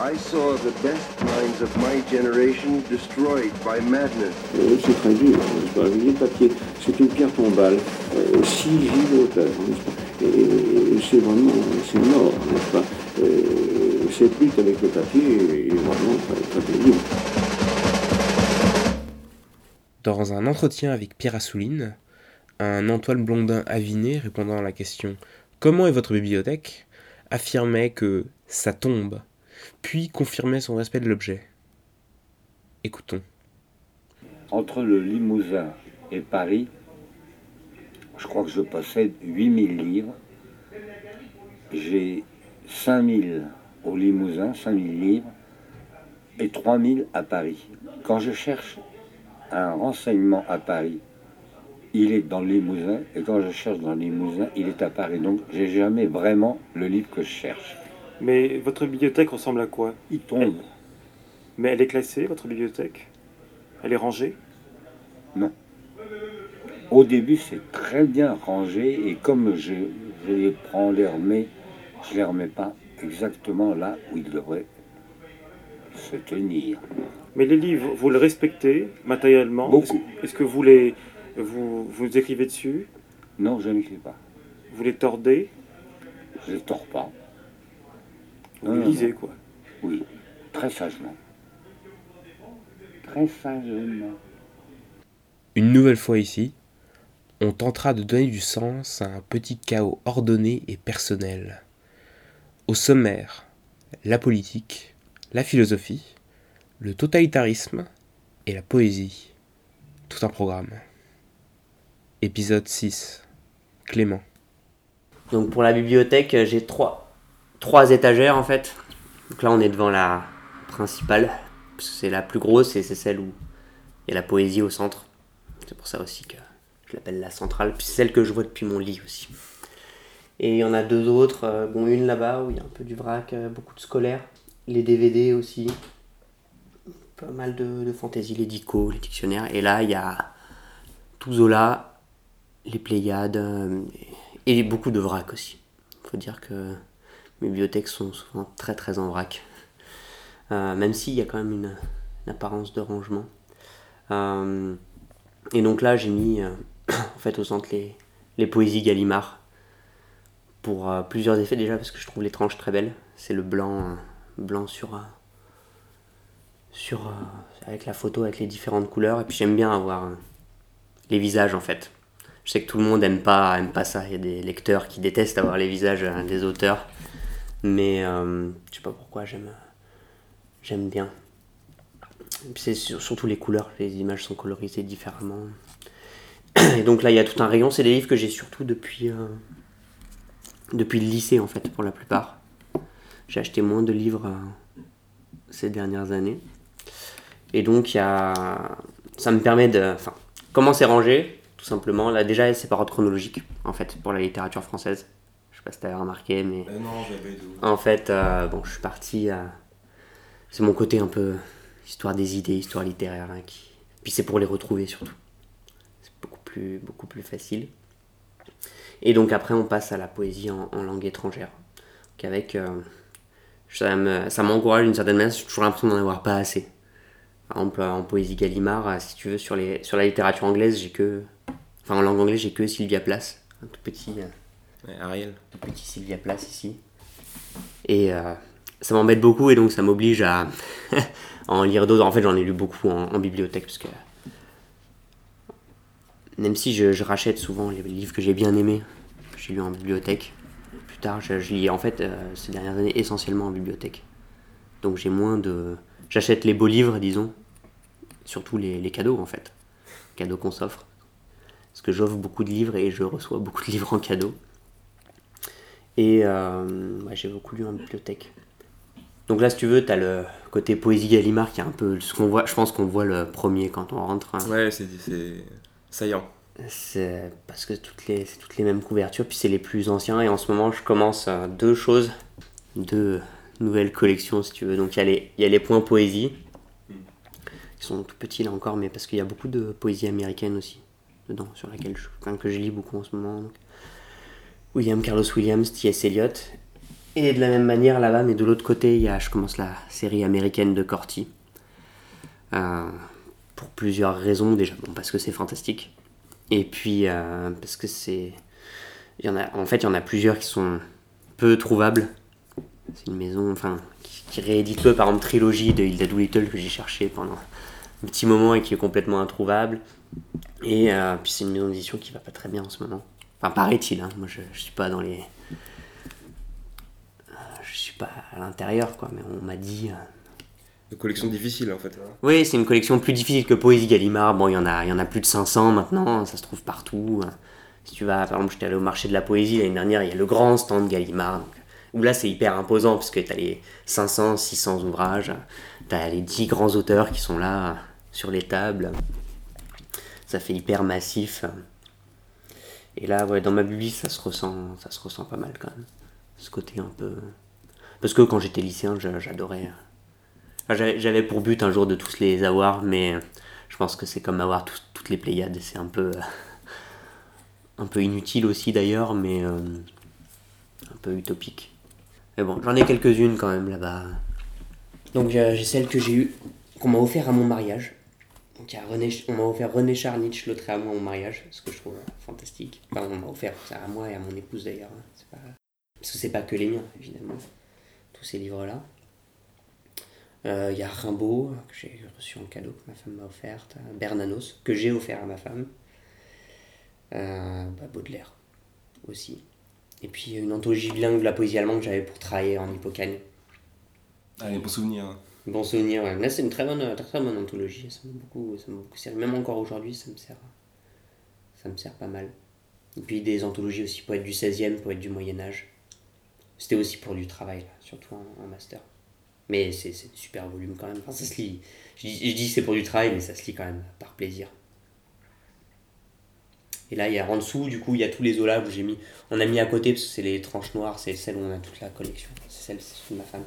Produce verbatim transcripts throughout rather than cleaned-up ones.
I saw the best minds of my generation destroyed by madness. Euh, c'est très dur, n'est-ce pas? Le papier, c'est une pierre tombale, euh, six gigauteurs, n'est-ce pas? Et, et c'est vraiment, c'est mort, n'est-ce pas? Euh, cette lutte avec le papier est vraiment très, très pénible. Dans un entretien avec Pierre Assouline, un Antoine Blondin aviné répondant à la question « Comment est votre bibliothèque ?» affirmait que « ça tombe », puis confirmait son respect de l'objet. Écoutons. Entre le Limousin et Paris, je crois que je possède huit mille livres. J'ai cinq mille au Limousin, cinq mille livres, et trois mille à Paris. Quand je cherche un renseignement à Paris, il est dans le Limousin, et quand je cherche dans le Limousin, il est à Paris. Donc, j'ai jamais vraiment le livre que je cherche. Mais votre bibliothèque ressemble à quoi? Il tombe. Mais elle est classée, votre bibliothèque? Elle est rangée? Non. Au début, c'est très bien rangé, et comme je, je les prends, les remets, je les remets pas exactement là où ils devraient se tenir. Mais les livres, vous les respectez matériellement? Beaucoup. Est-ce, est-ce que vous les vous, vous écrivez dessus? Non, je n'écris pas. Vous les tordez? Je ne les tords pas. Vous Non, les non, lisez, non. quoi. Oui, très sagement. Très sagement. Une nouvelle fois ici, on tentera de donner du sens à un petit chaos ordonné et personnel. Au sommaire, la politique, la philosophie, le totalitarisme et la poésie. Tout un programme. Épisode six. Clément. Donc pour la bibliothèque, j'ai trois, trois étagères en fait. Donc là on est devant la principale, parce que c'est la plus grosse et c'est celle où il y a la poésie au centre. C'est pour ça aussi que je l'appelle la centrale, puis c'est celle que je vois depuis mon lit aussi. Et il y en a deux autres, euh, bon une là-bas où il y a un peu du vrac, euh, beaucoup de scolaires, les D V D aussi, pas mal de, de fantaisie, les dicos, les dictionnaires, et là il y a tout Zola, les Pléiades, euh, et beaucoup de vrac aussi. Il faut dire que mes bibliothèques sont souvent très très en vrac, euh, même s'il y a quand même une, une apparence de rangement. Euh, et donc là j'ai mis euh, en fait au centre les, les poésies Gallimard, pour euh, plusieurs effets. Déjà parce que je trouve les tranches très belles, c'est le blanc, euh, blanc sur, euh, sur euh, avec la photo, avec les différentes couleurs, et puis j'aime bien avoir euh, les visages en fait. Je sais que tout le monde aime pas, aime pas ça, il y a des lecteurs qui détestent avoir les visages euh, des auteurs, mais euh, je sais pas pourquoi, j'aime, j'aime bien. Et puis c'est sur, surtout les couleurs, les images sont colorisées différemment. Et donc là il y a tout un rayon, c'est des livres que j'ai surtout depuis, euh, depuis le lycée en fait, pour la plupart. J'ai acheté moins de livres euh, ces dernières années. Et donc il y a, ça me permet de, enfin, comment c'est rangé, tout simplement. Là déjà c'est par ordre chronologique en fait pour la littérature française. Je sais pas si t'avais remarqué, mais euh, non, j'avais tout. En fait, euh, bon, je suis parti. Euh, c'est mon côté un peu histoire des idées, histoire littéraire, hein, qui. Puis c'est pour les retrouver surtout. C'est beaucoup plus, beaucoup plus facile. Et donc après on passe à la poésie en, en langue étrangère. Donc avec, euh, ça, me, ça m'encourage d'une certaine manière. J'ai toujours l'impression d'en avoir pas assez. Par exemple en poésie Gallimard, si tu veux, sur, les, sur la littérature anglaise, j'ai que, enfin en langue anglaise, j'ai que Sylvia Plath, un tout petit, euh, Ouais, Ariel. un petit Sylvia Plath ici. Et euh, ça m'embête beaucoup et donc ça m'oblige à, à en lire d'autres. En fait, j'en ai lu beaucoup en, en bibliothèque parce que même si je, je rachète souvent les livres que j'ai bien aimés, que j'ai lus en bibliothèque, plus tard, je, je lis en fait euh, ces dernières années essentiellement en bibliothèque. Donc j'ai moins de... J'achète les beaux livres, disons, surtout les, les cadeaux en fait, cadeaux qu'on s'offre. Parce que j'offre beaucoup de livres et je reçois beaucoup de livres en cadeau. Et euh, ouais, j'ai beaucoup lu en bibliothèque. Donc là, si tu veux, t'as le côté poésie Gallimard qui est un peu ce qu'on voit. Je pense qu'on voit le premier quand on rentre. Hein. Ouais, c'est, c'est saillant. C'est parce que toutes les, c'est toutes les mêmes couvertures, puis c'est les plus anciens. Et en ce moment, je commence euh, deux choses, deux nouvelles collections, si tu veux. Donc il y a les, il y a les points poésie, qui sont tout petits là encore, mais parce qu'il y a beaucoup de poésie américaine aussi dedans, sur laquelle je, enfin, que je lis beaucoup en ce moment. Donc. William Carlos Williams, T S Eliot. Et de la même manière là-bas, mais de l'autre côté, il y a, je commence la série américaine de Corty. Euh, pour plusieurs raisons déjà. Bon, parce que c'est fantastique. Et puis euh, parce que c'est... Il y en a, en fait, il y en a plusieurs qui sont peu trouvables. C'est une maison enfin, qui, qui réédite peu, par exemple, Trilogie de Hilda Doolittle que j'ai cherché pendant un petit moment et qui est complètement introuvable. Et euh, puis c'est une maison d'édition qui va pas très bien en ce moment. Enfin, paraît-il, hein. Moi je, je suis pas dans les... Euh, je suis pas à l'intérieur, quoi, mais on m'a dit... Euh... Une collection difficile en fait. Oui, c'est une collection plus difficile que Poésie Gallimard. Bon, il y en a, il y en a plus de cinq cents maintenant, ça se trouve partout. Si tu vas, par exemple, j'étais allé au marché de la poésie l'année dernière, il y a le grand stand Gallimard, donc, où là c'est hyper imposant, parce que t'as les cinq cents, six cents ouvrages, t'as les dix grands auteurs qui sont là, sur les tables. Ça fait hyper massif. Et là, ouais, dans ma bubble, ça se ressent, ça se ressent pas mal quand même. Ce côté un peu... Parce que quand j'étais lycéen, j'adorais... Enfin, j'avais, j'avais pour but un jour de tous les avoir, mais je pense que c'est comme avoir tous, toutes les Pléiades. C'est un peu... un peu inutile aussi d'ailleurs, mais euh, un peu utopique. Mais bon, j'en ai quelques-unes quand même là-bas. Donc j'ai, j'ai celle que j'ai eue, qu'on m'a offert à mon mariage. Donc il y a René, on m'a offert René Charnitsch, l'autre à moi à mon mariage, ce que je trouve fantastique. Enfin, on m'a offert ça à moi et à mon épouse d'ailleurs. C'est pas... Parce que c'est pas que les miens, évidemment, tous ces livres-là. Il euh, y a Rimbaud, que j'ai reçu en cadeau, que ma femme m'a offert. Bernanos, que j'ai offert à ma femme. Euh, bah Baudelaire aussi. Et puis une anthologie bilingue de la poésie allemande que j'avais pour travailler en Hippocane. Ah, les bons souvenirs. Bon souvenir, ouais. Là c'est une très bonne, très, très bonne anthologie, ça m'a beaucoup, ça m'a beaucoup servi. Même encore aujourd'hui, ça me sert, ça me sert pas mal. Et puis des anthologies aussi, poètes du seizième, poètes du Moyen-Âge. C'était aussi pour du travail, là, surtout en, en master. Mais c'est, c'est super volume quand même. Enfin, ça se lit. Je dis, je dis que c'est pour du travail, mais ça se lit quand même par plaisir. Et là, il y a en dessous, du coup, il y a tous les Zola où j'ai mis. On a mis à côté parce que c'est les tranches noires, c'est celle où on a toute la collection. C'est celle, c'est celle de ma femme.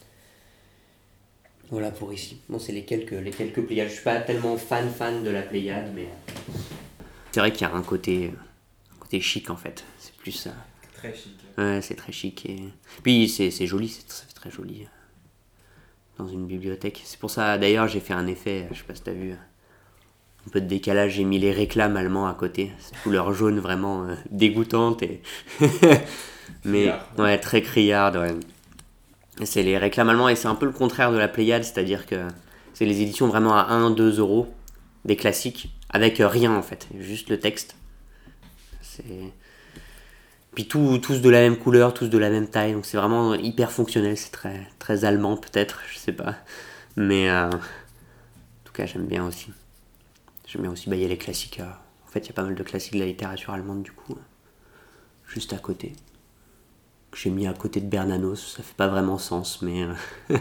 Voilà pour ici. Bon, c'est les quelques, les quelques Pléiades. Je suis pas tellement fan fan de la Pléiade, mais c'est vrai qu'il y a un côté, un côté chic en fait. C'est plus. Euh... Très chic. Ouais, c'est très chic et puis c'est, c'est joli, c'est, ça fait très joli dans une bibliothèque. C'est pour ça, d'ailleurs, j'ai fait un effet. Je sais pas si t'as vu. Un peu de décalage, j'ai mis les réclames allemands à côté. C'est couleur jaune vraiment euh, dégoûtante. Et mais criard, ouais. ouais, très criarde. Ouais. C'est les réclames allemands et c'est un peu le contraire de la Pléiade, c'est-à-dire que c'est les éditions vraiment à un à deux euros, des classiques, avec rien en fait, juste le texte. C'est... Puis tout, tous de la même couleur, tous de la même taille, donc c'est vraiment hyper fonctionnel, c'est très, très allemand peut-être, je sais pas. Mais euh, en tout cas, j'aime bien aussi. J'aime bien aussi, bah, il y a les classiques. Euh, en fait, il y a pas mal de classiques de la littérature allemande, du coup, euh, juste à côté. Que j'ai mis à côté de Bernanos, ça fait pas vraiment sens, mais. Euh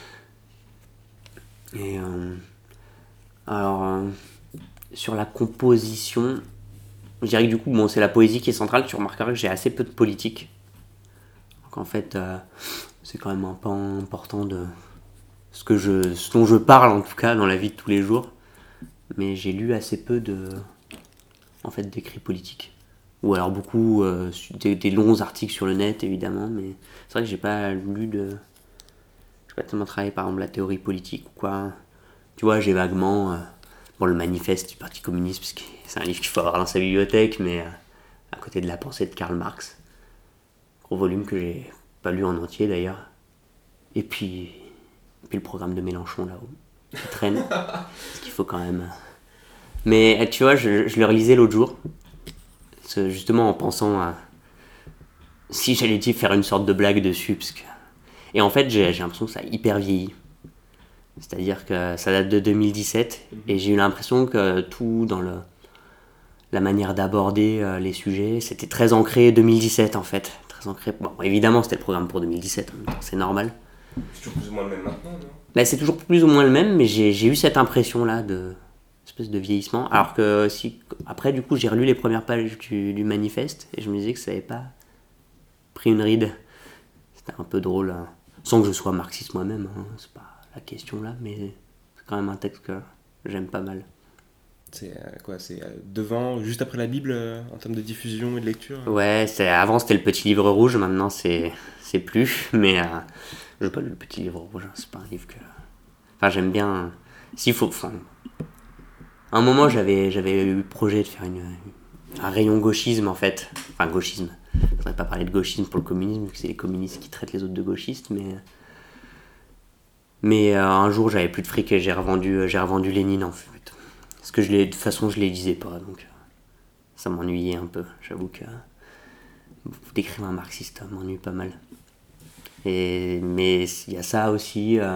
Et. Euh, alors, euh, sur la composition, je dirais que du coup, bon, c'est la poésie qui est centrale. Tu remarqueras que j'ai assez peu de politique. Donc, en fait, euh, c'est quand même un pan important de ce, que je, ce dont je parle, en tout cas, dans la vie de tous les jours. Mais j'ai lu assez peu de, en fait, d'écrits politiques. Ou alors beaucoup, euh, des, des longs articles sur le net, évidemment, mais c'est vrai que j'ai pas lu de... J'ai pas tellement travaillé, par exemple, la théorie politique ou quoi. Tu vois, j'ai vaguement... Euh, bon, le manifeste du Parti communiste, parce que c'est un livre qu'il faut avoir dans sa bibliothèque, mais euh, à côté de la pensée de Karl Marx. Gros volume que j'ai pas lu en entier, d'ailleurs. Et puis... Et puis le programme de Mélenchon, là-haut. Qui traîne. Parce qu'il faut quand même... Mais tu vois, je, je le relisais l'autre jour. Justement en pensant à... Si j'allais dire faire une sorte de blague dessus. Parce que... Et en fait, j'ai, j'ai l'impression que ça a hyper vieilli. C'est-à-dire que ça date de deux mille dix-sept. Et j'ai eu l'impression que tout dans le... la manière d'aborder euh, les sujets, c'était très ancré deux mille dix-sept en fait. Très ancré... Bon, évidemment, c'était le programme pour deux mille dix-sept. En même temps, c'est normal. C'est toujours plus ou moins le même maintenant, non ? Bah, c'est toujours plus ou moins le même, mais j'ai, j'ai eu cette impression-là de espèce de vieillissement. Alors que si après, du coup, j'ai relu les premières pages du, du manifeste et je me disais que ça n'avait pas pris une ride. C'était un peu drôle, hein. Sans que je sois marxiste moi-même, hein. C'est pas la question là, mais c'est quand même un texte que j'aime pas mal. C'est euh, quoi C'est euh, devant, juste après la Bible euh, en termes de diffusion et de lecture euh Ouais, c'est, avant c'était le petit livre rouge, maintenant c'est, c'est plus, mais euh, je veux pas le petit livre rouge, hein, c'est pas un livre que... Enfin, j'aime bien... S'il faut... Enfin, à un moment, j'avais, j'avais eu le projet de faire une, un rayon gauchisme, en fait. Enfin, gauchisme. Je voudrais pas parler de gauchisme pour le communisme, vu que c'est les communistes qui traitent les autres de gauchistes, mais... Mais euh, un jour, j'avais plus de fric et j'ai revendu, j'ai revendu Lénine, en fait. Parce que je les, de toute façon, je les lisais pas, donc... Ça m'ennuyait un peu, j'avoue que... D'écrire un marxiste, ça m'ennuie pas mal. Et, mais il y a ça aussi... Euh...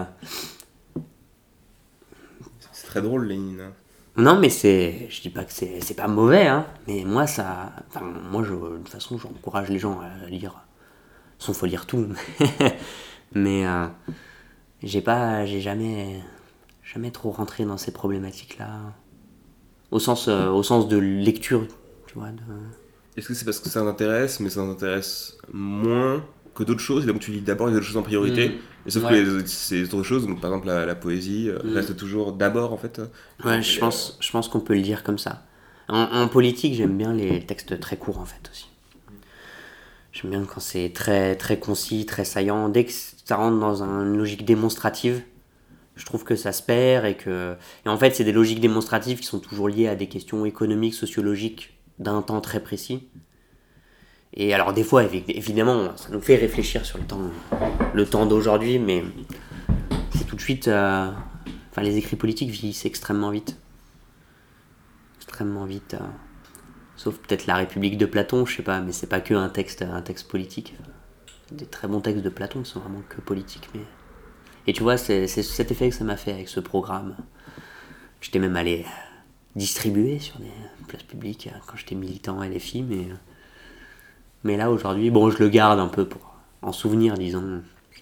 C'est très drôle, Lénine. Hein. Non, mais c'est... Je dis pas que c'est, c'est pas mauvais, hein. Mais moi, ça... Enfin, moi, je, de toute façon, j'encourage les gens à lire. Sans faut lire tout. mais euh, j'ai pas... J'ai jamais... Jamais trop rentré dans ces problématiques-là. Au sens, euh, au sens de lecture, tu vois. De... Est-ce que c'est parce que ça t'intéresse, mais ça t'intéresse moins que d'autres choses, et donc tu lis d'abord les autres choses en priorité, Mmh. et sauf Ouais. que les, ces autres choses, donc par exemple la, la poésie, Mmh. reste toujours d'abord en fait. Ouais, je pense, je pense qu'on peut le dire comme ça. En, en politique, j'aime bien les textes très courts, en fait, aussi. J'aime bien quand c'est très, très concis, très saillant. Dès que ça rentre dans une logique démonstrative, je trouve que ça se perd et que... Et en fait, c'est des logiques démonstratives qui sont toujours liées à des questions économiques, sociologiques, d'un temps très précis. Et alors, des fois, évidemment, ça nous fait réfléchir sur le temps, le temps d'aujourd'hui, mais c'est tout de suite... Euh... Enfin, les écrits politiques vieillissent extrêmement vite. Extrêmement vite. Euh... Sauf peut-être La République de Platon, je sais pas, mais c'est pas que un texte, un texte politique. Des très bons textes de Platon qui sont vraiment que politiques, mais... Et tu vois, c'est, c'est cet effet que ça m'a fait avec ce programme. J'étais même allé distribuer sur des places publiques quand j'étais militant L F I, mais, mais là aujourd'hui, bon, je le garde un peu pour en souvenir, disons,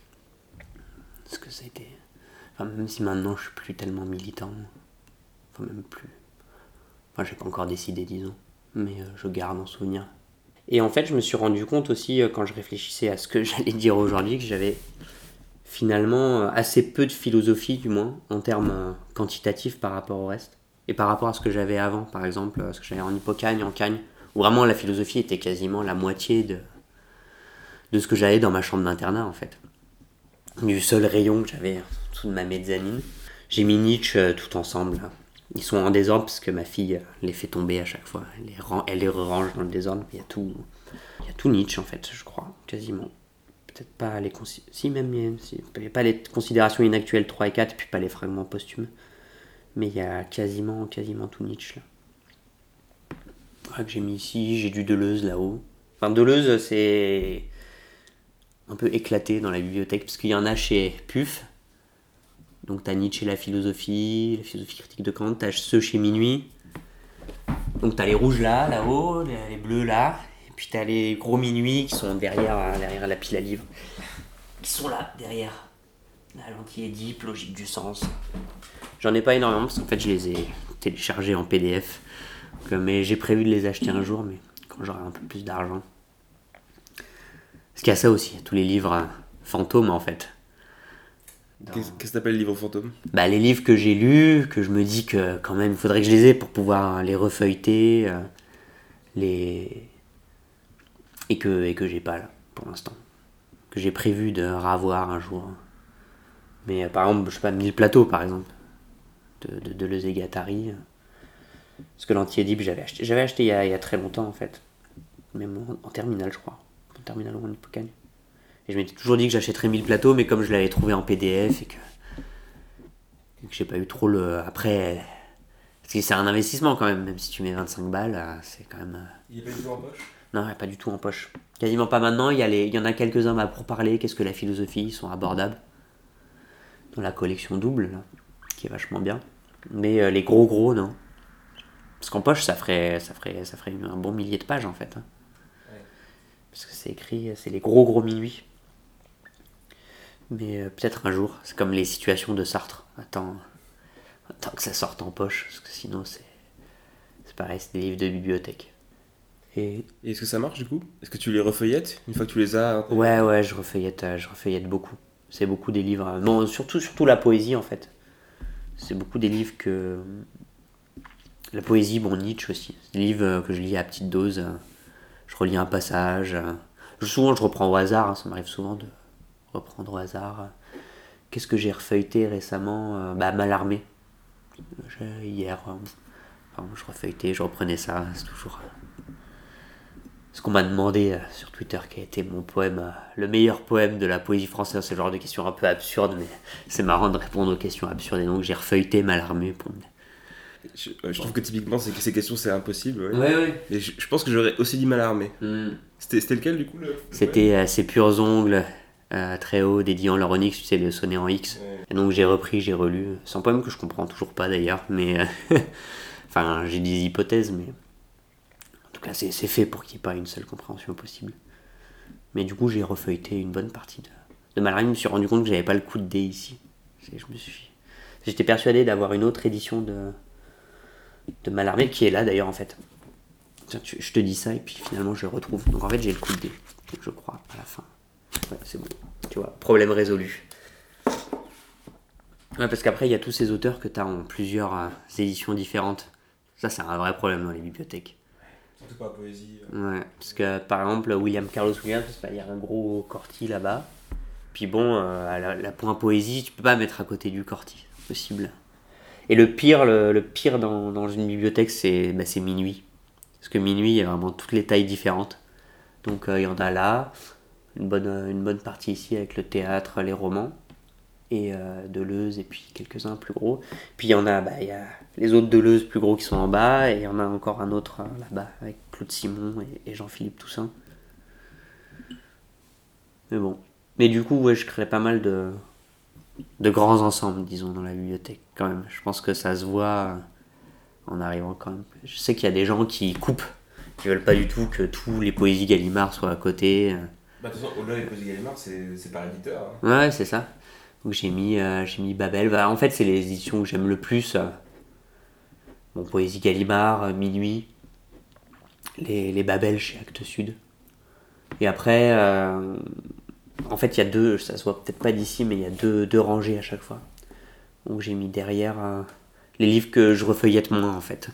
ce que ça a été. Enfin, même si maintenant je suis plus tellement militant, enfin même plus. Enfin, j'ai pas encore décidé, disons, mais euh, je garde en souvenir. Et en fait, je me suis rendu compte aussi, euh, quand je réfléchissais à ce que j'allais dire aujourd'hui, que j'avais finalement assez peu de philosophie, du moins, en termes quantitatifs par rapport au reste. Et par rapport à ce que j'avais avant, par exemple, ce que j'avais en Hippocagne, en Cagne, où vraiment la philosophie était quasiment la moitié de, de ce que j'avais dans ma chambre d'internat, en fait. Du seul rayon que j'avais sous ma mezzanine. J'ai mis Nietzsche tout ensemble. Ils sont en désordre parce que ma fille les fait tomber à chaque fois. Elle les, ran- elle les range dans le désordre. Il y a tout, il y a tout Nietzsche, en fait, je crois, quasiment. Peut-être pas les consi- si même si, pas les considérations inactuelles trois et quatre, et puis pas les fragments posthumes, mais il y a quasiment quasiment tout Nietzsche là. Ouais, que j'ai mis ici, j'ai du Deleuze là-haut. Enfin, Deleuze, c'est un peu éclaté dans la bibliothèque parce qu'il y en a chez P U F. Donc t'as Nietzsche et la philosophie, la philosophie critique de Kant, t'as ceux chez Minuit. Donc t'as les rouges là, là-haut, les, les bleus là. Puis t'as les gros Minuit qui sont derrière, derrière la pile à livres. Qui sont là, derrière. La l'anti-Édipe, logique du sens. J'en ai pas énormément parce qu'en fait je les ai téléchargés en P D F. Donc, mais j'ai prévu de les acheter un jour, mais quand j'aurai un peu plus d'argent. Parce qu'il y a ça aussi, tous les livres fantômes en fait. Dans... Qu'est-ce, qu'est-ce que t'appelles livre fantôme ? Bah, les livres que j'ai lus, que je me dis que quand même il faudrait que je les ai pour pouvoir les refeuilleter. Euh, les... Et que, et que j'ai pas là, pour l'instant. Que j'ai prévu de ravoir un jour. Mais euh, par exemple, je sais pas, Mille plateaux par exemple. De, de, de Deleuze et Guattari. Parce que l'anti-Édipe, j'avais acheté, j'avais acheté il y, a, il y a très longtemps en fait. Même en, en terminale, je crois. En terminale ou en Hippocagne. Et je m'étais toujours dit que j'achèterais Mille plateaux, mais comme je l'avais trouvé en P D F et que, et que j'ai pas eu trop le. Après. Parce que c'est un investissement quand même, même si tu mets vingt-cinq balles, c'est quand même. Il est pas du tout en poche ? Non, il n'y a pas du tout en poche. Quasiment pas maintenant. Il y, a les, il y en a quelques-uns à pour parler. Qu'est-ce que la philosophie, ils sont abordables. Dans la collection double, là, qui est vachement bien. Mais euh, les gros gros, non. Parce qu'en poche, ça ferait, ça ferait, ça ferait une, un bon millier de pages, en fait. Hein. Ouais. Parce que c'est écrit, c'est les gros gros Minuit. Mais euh, peut-être un jour. C'est comme les situations de Sartre. Attends, attends que ça sorte en poche. Parce que sinon, c'est, c'est pareil, c'est des livres de bibliothèque. Et... Et est-ce que ça marche du coup ? Est-ce que tu les refeuillettes une fois que tu les as ? Ouais, ouais, je refeuillette, je refeuillette beaucoup. C'est beaucoup des livres. Non, surtout, surtout la poésie en fait. C'est beaucoup des livres que. La poésie, bon, Nietzsche aussi. C'est des livres que je lis à petite dose. Je relis un passage. Souvent, je reprends au hasard. Ça m'arrive souvent de reprendre au hasard. Qu'est-ce que j'ai refeuilleté récemment? Bah, Mallarmé. Hier, enfin, je refeuilletais, je reprenais ça. C'est toujours ce qu'on m'a demandé sur Twitter, qui a été mon poème, le meilleur poème de la poésie française. C'est le genre de questions un peu absurdes, mais c'est marrant de répondre aux questions absurdes. Et donc, j'ai refeuilleté Mallarmé pour me... Je, je trouve que typiquement c'est que ces questions c'est impossible. Ouais. Ouais, ouais. Et je, je pense que j'aurais aussi dit Mallarmé. Mm. C'était, c'était lequel du coup le... C'était euh, Ces purs ongles, euh, très haut, dédiant leur onyx, tu sais, le sonnet en X. Ouais. Et donc j'ai repris, j'ai relu. C'est un poème que je comprends toujours pas d'ailleurs, mais. Euh, enfin, j'ai des hypothèses, mais. En tout cas, c'est, c'est fait pour qu'il n'y ait pas une seule compréhension possible. Mais du coup, j'ai refeuilleté une bonne partie de, de Mallarmé. Je me suis rendu compte que j'avais pas le coup de dé ici. C'est, je me suis... J'étais persuadé d'avoir une autre édition de. de Mallarmé qui est là d'ailleurs en fait. Tiens, tu, je te dis ça et puis finalement je le retrouve. Donc en fait j'ai le coup de dé, je crois, à la fin. Ouais, c'est bon. Tu vois, problème résolu. Ouais, parce qu'après il y a tous ces auteurs que tu as en plusieurs euh, éditions différentes. Ça c'est un vrai problème dans les bibliothèques. Surtout pas la poésie. Euh... Ouais, parce que par exemple William Carlos Williams, il y a un gros Corti là-bas. Puis bon, euh, la, la point poésie, tu peux pas mettre à côté du Corti, c'est possible. Et le pire, le, le pire dans, dans une bibliothèque, c'est, bah, c'est Minuit. Parce que Minuit, il y a vraiment toutes les tailles différentes. Donc euh, il y en a là, une bonne, une bonne partie ici avec le théâtre, les romans, et euh, Deleuze, et puis quelques-uns plus gros. Puis il y en a, bah, il y a les autres Deleuze plus gros qui sont en bas, et il y en a encore un autre hein, là-bas avec Claude Simon et, et Jean-Philippe Toussaint. Mais bon. Mais du coup, ouais, je crée pas mal de... de grands ensembles, disons, dans la bibliothèque, quand même. Je pense que ça se voit en arrivant quand même. Je sais qu'il y a des gens qui coupent, qui veulent pas du tout que tous les poésies Gallimard soient à côté. Bah, de toute façon, au-delà des poésies Gallimard, c'est, c'est par l'éditeur. Hein. Ouais, c'est ça. Donc j'ai mis, euh, j'ai mis Babel. Bah, en fait, c'est les éditions que j'aime le plus. Bon, poésie Gallimard, euh, Minuit, les, les Babel chez Actes Sud. Et après... Euh, En fait, il y a deux, ça se voit peut-être pas d'ici, mais il y a deux, deux rangées à chaque fois. Donc j'ai mis derrière euh, les livres que je refeuillette moins, en fait.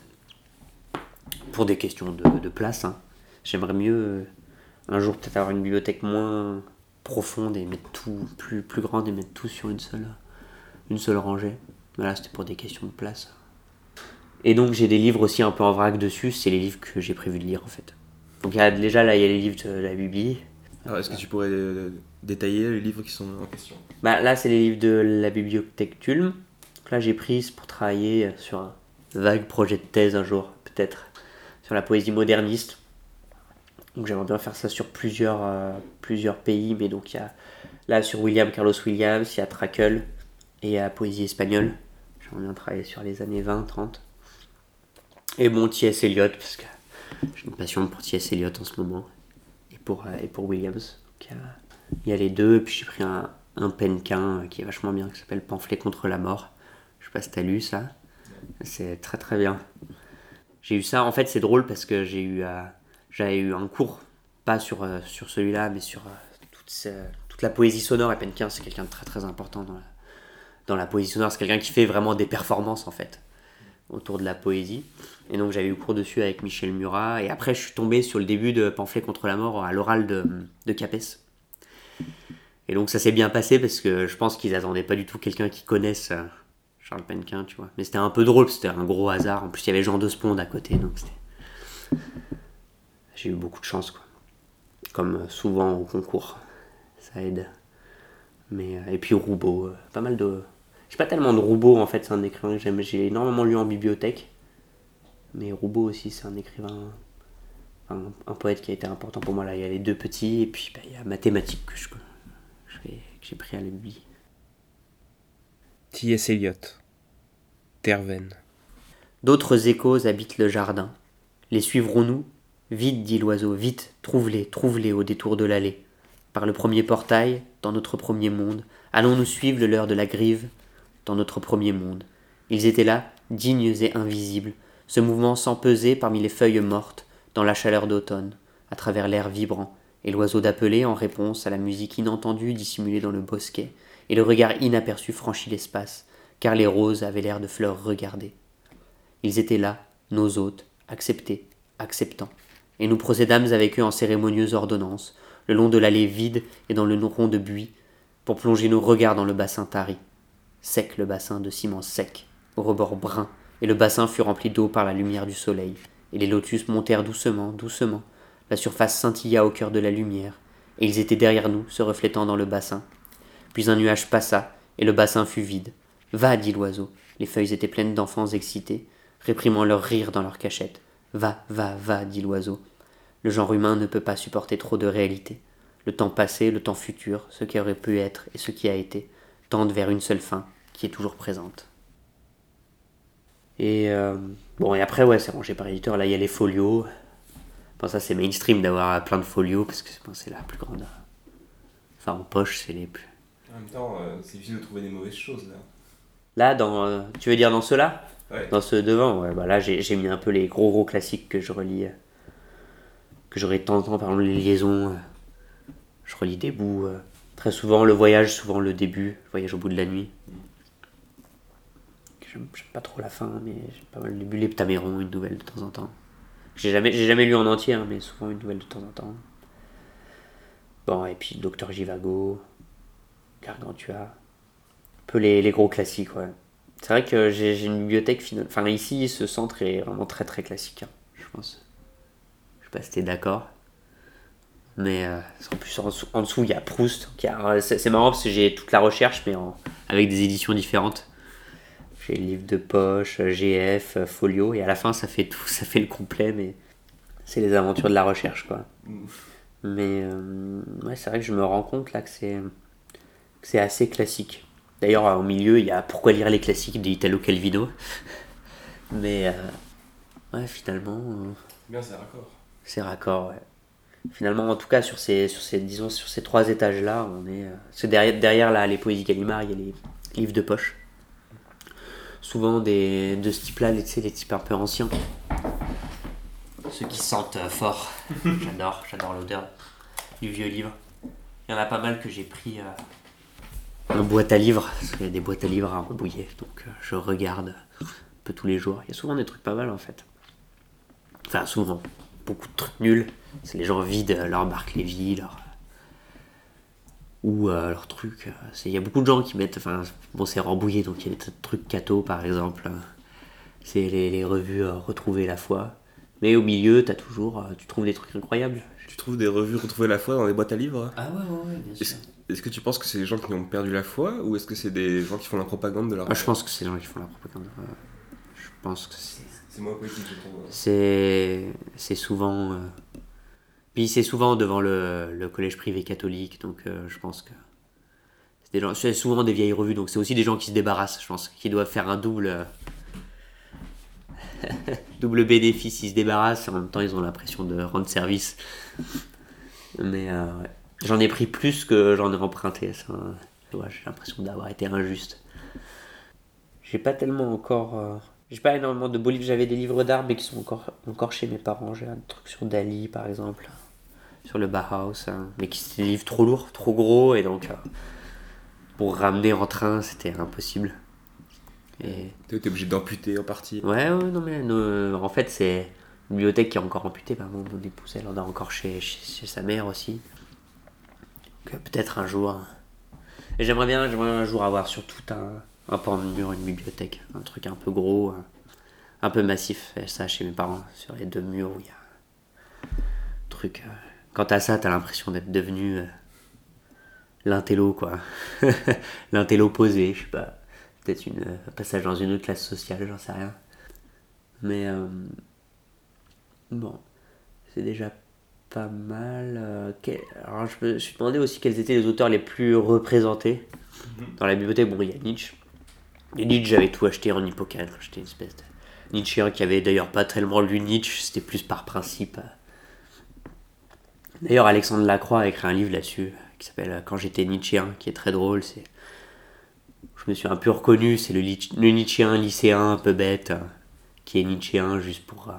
Pour des questions de, de place. Hein. J'aimerais mieux, euh, un jour, peut-être avoir une bibliothèque moins profonde et mettre tout, plus, plus grande et mettre tout sur une seule, une seule rangée. Mais là, c'était pour des questions de place. Et donc j'ai des livres aussi un peu en vrac dessus, c'est les livres que j'ai prévu de lire, en fait. Donc il y a, déjà, là, il y a les livres de la Bibli. Alors, est-ce que tu pourrais euh, détailler les livres qui sont en question? Bah, là, c'est les livres de la bibliothèque Tulm. Donc là, j'ai pris pour travailler sur un vague projet de thèse un jour, peut-être, sur la poésie moderniste. Donc j'aimerais bien faire ça sur plusieurs, euh, plusieurs pays, mais donc il y a là sur William Carlos Williams, il y a Trakl et il y a poésie espagnole. J'aimerais bien travailler sur les années vingt trente. Et bon, T S. Eliot, parce que j'ai une passion pour T S. Eliot en ce moment. Pour, et pour Williams. Donc, il, y a, il y a les deux, et puis j'ai pris un, un Penquin qui est vachement bien, qui s'appelle Pamphlet contre la mort. Je sais pas si t'as lu ça. C'est très très bien. J'ai eu ça, en fait c'est drôle parce que j'ai eu, euh, j'avais eu un cours, pas sur, euh, sur celui-là, mais sur euh, toute, ce, toute la poésie sonore, et Penquin c'est quelqu'un de très très important dans la, dans la poésie sonore, c'est quelqu'un qui fait vraiment des performances en fait, autour de la poésie. Et donc j'avais eu cours dessus avec Michel Murat. Et après je suis tombé sur le début de Pamphlet contre la mort à l'oral de, de Capès. Et donc ça s'est bien passé parce que je pense qu'ils attendaient pas du tout quelqu'un qui connaisse Charles Penquin, tu vois. Mais c'était un peu drôle, c'était un gros hasard. En plus il y avait Jean Despond à côté, donc c'était... J'ai eu beaucoup de chance, quoi. Comme souvent au concours, ça aide. Mais, et puis Roubaud, pas mal de... J'ai pas tellement de Roubaud en fait, c'est un écrivain que j'aime. J'ai énormément lu en bibliothèque. Mais Roubaud aussi, c'est un écrivain, un, un poète qui a été important pour moi. Là, il y a les deux petits, et puis bah, il y a Mathématiques que, je, que, je, que j'ai pris à la bibli. T S. Eliot, Terven. D'autres échos habitent le jardin. Les suivrons-nous? Vite, dit l'oiseau, vite, trouve-les, trouve-les au détour de l'allée. Par le premier portail, dans notre premier monde, allons-nous suivre le leurre de la grive, dans notre premier monde. Ils étaient là, dignes et invisibles, ce mouvement s'empesait parmi les feuilles mortes, dans la chaleur d'automne, à travers l'air vibrant, et l'oiseau d'appeler en réponse à la musique inentendue dissimulée dans le bosquet, et le regard inaperçu franchit l'espace, car les roses avaient l'air de fleurs regardées. Ils étaient là, nos hôtes, acceptés, acceptants. Et nous procédâmes avec eux en cérémonieuse ordonnance, le long de l'allée vide et dans le rond de buis, pour plonger nos regards dans le bassin tari. Sec le bassin de ciment sec, au rebord brun, et le bassin fut rempli d'eau par la lumière du soleil, et les lotus montèrent doucement, doucement, la surface scintilla au cœur de la lumière, et ils étaient derrière nous, se reflétant dans le bassin. Puis un nuage passa, et le bassin fut vide. « Va, dit l'oiseau. » Les feuilles étaient pleines d'enfants excités, réprimant leur rire dans leur cachette. « Va, va, va, dit l'oiseau. » Le genre humain ne peut pas supporter trop de réalité. Le temps passé, le temps futur, ce qui aurait pu être et ce qui a été, tendent vers une seule fin, qui est toujours présente. Et euh, bon, et après, ouais, c'est rangé par éditeur. Là, il y a les folios. Bon, ça, c'est mainstream d'avoir plein de folios, parce que bon, c'est la plus grande. Enfin, en poche, c'est les plus. En même temps, euh, c'est difficile de trouver des mauvaises choses là. Là, dans, euh, tu veux dire dans ceux-là ? Ouais. Dans ceux devant, ouais, bah là, j'ai, j'ai mis un peu les gros gros classiques que je relis. Euh, que j'aurais de temps en temps, par exemple, les liaisons. Euh, je relis des bouts. Euh, très souvent, le voyage, souvent le début, le voyage au bout de la nuit. J'aime, j'aime pas trop la fin, mais j'aime pas mal le début. Les Ptaméron, une nouvelle de temps en temps. J'ai jamais, j'ai jamais lu en entier, hein, mais souvent une nouvelle de temps en temps. Bon, et puis Docteur Givago, Gargantua, un peu les, les gros classiques, ouais. C'est vrai que j'ai, j'ai une bibliothèque finale. Enfin, ici, ce centre est vraiment très très classique, hein, je pense. Je sais pas si t'es d'accord. Mais euh, en plus, en dessous, en dessous, il y a Proust. Qui a, c'est, c'est marrant parce que j'ai toute la recherche, mais en, avec des éditions différentes. J'ai le livre de poche, G F, folio, et à la fin, ça fait tout, ça fait le complet, mais c'est les aventures de la recherche, quoi. Mmh. Mais euh, ouais, c'est vrai que je me rends compte là que c'est, que c'est assez classique. D'ailleurs, au milieu, il y a Pourquoi lire les classiques d'Italo Calvino. Mais euh, ouais, finalement. Euh, Bien, c'est raccord. C'est raccord, ouais. Finalement, en tout cas, sur ces, sur ces, disons, sur ces trois étages-là, on est. Euh, parce que derrière, derrière là, les poésies Gallimard, il y a les livres de poche. Souvent des, de ce type-là, les, les types un peu anciens. Ceux qui sentent euh, fort. J'adore, j'adore l'odeur du vieux livre. Il y en a pas mal que j'ai pris euh, en boîte à livres, parce qu'il y a des boîtes à livres à embouiller, donc euh, je regarde un peu tous les jours. Il y a souvent des trucs pas mal en fait. Enfin, souvent. Beaucoup de trucs nuls. C'est les gens vident leur Marc Lévy, leur. Ou euh, leurs trucs. Il y a beaucoup de gens qui mettent. Enfin, bon, c'est rembouillé, donc il y a des trucs cathos par exemple. C'est les, les revues euh, Retrouver la foi. Mais au milieu, t'as toujours, euh, tu trouves des trucs incroyables. Tu trouves des revues Retrouver la foi dans des boîtes à livres ? Ah ouais, ouais, ouais, bien sûr. Est-ce, est-ce que tu penses que c'est des gens qui ont perdu la foi ou est-ce que c'est des gens qui font la propagande de leur ah, je pense que c'est des gens qui font la propagande. Je pense que c'est. C'est moins politique, je trouve. C'est, c'est souvent. Euh... Puis c'est souvent devant le, le collège privé catholique, donc euh, je pense que. C'est, des gens... c'est souvent des vieilles revues, donc c'est aussi des gens qui se débarrassent, je pense, qui doivent faire un double. double bénéfice, ils se débarrassent, en même temps ils ont l'impression de rendre service. Mais euh, ouais. J'en ai pris plus que j'en ai emprunté, ça. Ouais, j'ai l'impression d'avoir été injuste. J'ai pas tellement encore. Euh... J'ai pas énormément de beaux livres, j'avais des livres d'art, mais qui sont encore, encore chez mes parents. J'ai un truc sur Dali, par exemple, sur le Bauhaus, hein, mais qui c'était des livres trop lourds, trop gros, et donc euh, pour ramener en train, c'était impossible. Et... T'es obligé d'amputer en partie. Ouais, ouais, non, mais euh, en fait, c'est une bibliothèque qui est encore amputée. Par exemple, mon épouse, elle en a encore chez, chez, chez sa mère aussi. Donc, euh, peut-être un jour. Et j'aimerais bien, j'aimerais un jour avoir sur tout un. Un pan de mur, une bibliothèque, un truc un peu gros, un, un peu massif, et ça chez mes parents, sur les deux murs où il y a un truc. Euh, quant à ça, t'as l'impression d'être devenu euh, l'intello, quoi. L'intello posé, je sais pas. Peut-être une, euh, un passage dans une autre classe sociale, j'en sais rien. Mais euh, bon, c'est déjà pas mal. Euh, quel... Alors je me suis demandé aussi quels étaient les auteurs les plus représentés. Dans la bibliothèque, bon, il y a Nietzsche. Et Nietzsche, j'avais tout acheté en hippocampe. J'étais une espèce de Nietzschéen qui avait d'ailleurs pas tellement lu Nietzsche, c'était plus par principe. D'ailleurs, Alexandre Lacroix a écrit un livre là-dessus qui s'appelle Quand j'étais Nietzschéen, qui est très drôle. C'est... Je me suis un peu reconnu, c'est le, le Nietzschéen lycéen un peu bête, qui est Nietzschéen juste pour.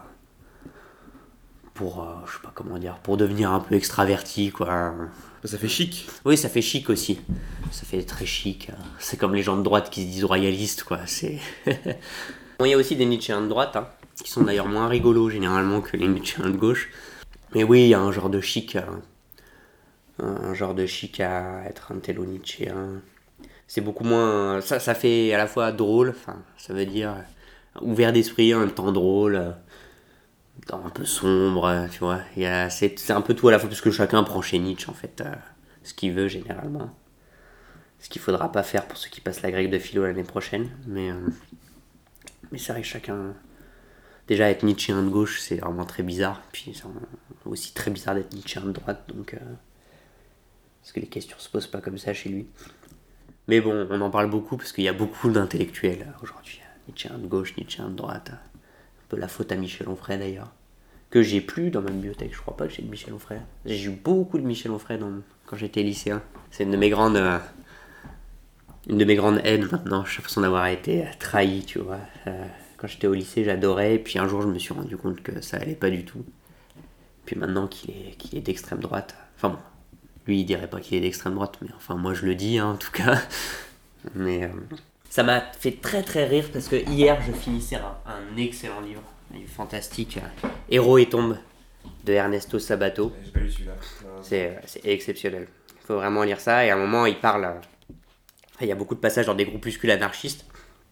Pour, je sais pas comment dire, pour devenir un peu extraverti, quoi. Ça fait chic. Oui, ça fait chic aussi. Ça fait très chic. C'est comme les gens de droite qui se disent royalistes, quoi. C'est... Bon, il y a aussi des Nietzschéens de droite, hein. qui sont d'ailleurs moins rigolos généralement que les Nietzschéens de gauche. Mais oui, il y a un genre de chic, à, un genre de chic à être un télo Nietzschéen. C'est beaucoup moins... Ça, ça fait à la fois drôle, enfin, ça veut dire ouvert d'esprit, en même temps drôle, un peu sombre, tu vois. Il y a, c'est, c'est un peu tout à la fois, parce que chacun prend chez Nietzsche, en fait, euh, ce qu'il veut généralement. Ce qu'il faudra pas faire pour ceux qui passent la grecque de philo l'année prochaine. Mais, euh, mais c'est vrai que chacun... Déjà, être Nietzschéen de gauche, c'est vraiment très bizarre. Puis c'est aussi très bizarre d'être Nietzschéen de droite, donc... Euh, parce que les questions se posent pas comme ça chez lui. Mais bon, on en parle beaucoup parce qu'il y a beaucoup d'intellectuels aujourd'hui. Nietzschéen de gauche, Nietzschéen de droite. Un peu la faute à Michel Onfray d'ailleurs. Que j'ai plus dans ma bibliothèque, je crois pas que j'ai de Michel Onfray. J'ai eu beaucoup de Michel Onfray dans... quand j'étais lycéen. C'est une de mes grandes... Euh... Une de mes grandes haines maintenant, j'ai l'impression d'avoir été trahi, tu vois. Euh, quand j'étais au lycée, j'adorais, et puis un jour, je me suis rendu compte que ça allait pas du tout. Puis maintenant qu'il est, qu'il est d'extrême droite... Enfin bon, lui, il dirait pas qu'il est d'extrême droite, mais enfin, moi, je le dis, hein, en tout cas. Mais... Euh... Ça m'a fait très très rire parce que hier je finissais un, un excellent livre, un livre fantastique, euh, Héros et tombe de Ernesto Sabato. J'ai pas lu celui-là. C'est, c'est exceptionnel. Il faut vraiment lire ça. Et à un moment il parle, euh, il y a beaucoup de passages dans des groupuscules anarchistes.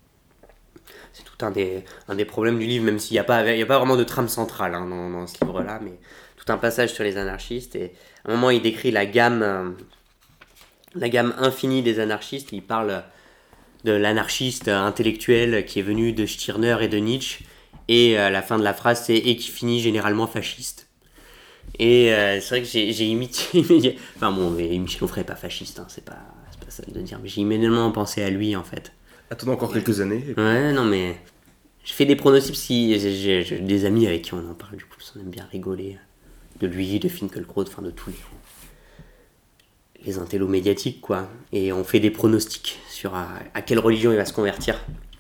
C'est tout un des, un des problèmes du livre, même s'il n'y a pas, il y a pas vraiment de trame centrale hein, dans, dans ce livre-là, mais tout un passage sur les anarchistes. Et à un moment il décrit la gamme, euh, la gamme infinie des anarchistes. Il parle de l'anarchiste intellectuel qui est venu de Stirner et de Nietzsche, et à la fin de la phrase c'est « et qui finit généralement fasciste ». Et euh, c'est vrai que j'ai, j'ai imité... enfin bon, mais Michel Onfray n'est pas fasciste, hein, c'est, pas, c'est pas ça de dire, mais j'ai immédiatement pensé à lui en fait. Attendons encore quelques années. Et puis... Ouais, non mais... Je fais des pronostics, si j'ai, j'ai, j'ai des amis avec qui on en parle, du coup, on aime bien rigoler. De lui, de Finkielkraut, enfin de tous les... les intellos médiatiques, quoi. Et on fait des pronostics sur à, à quelle religion il va se convertir.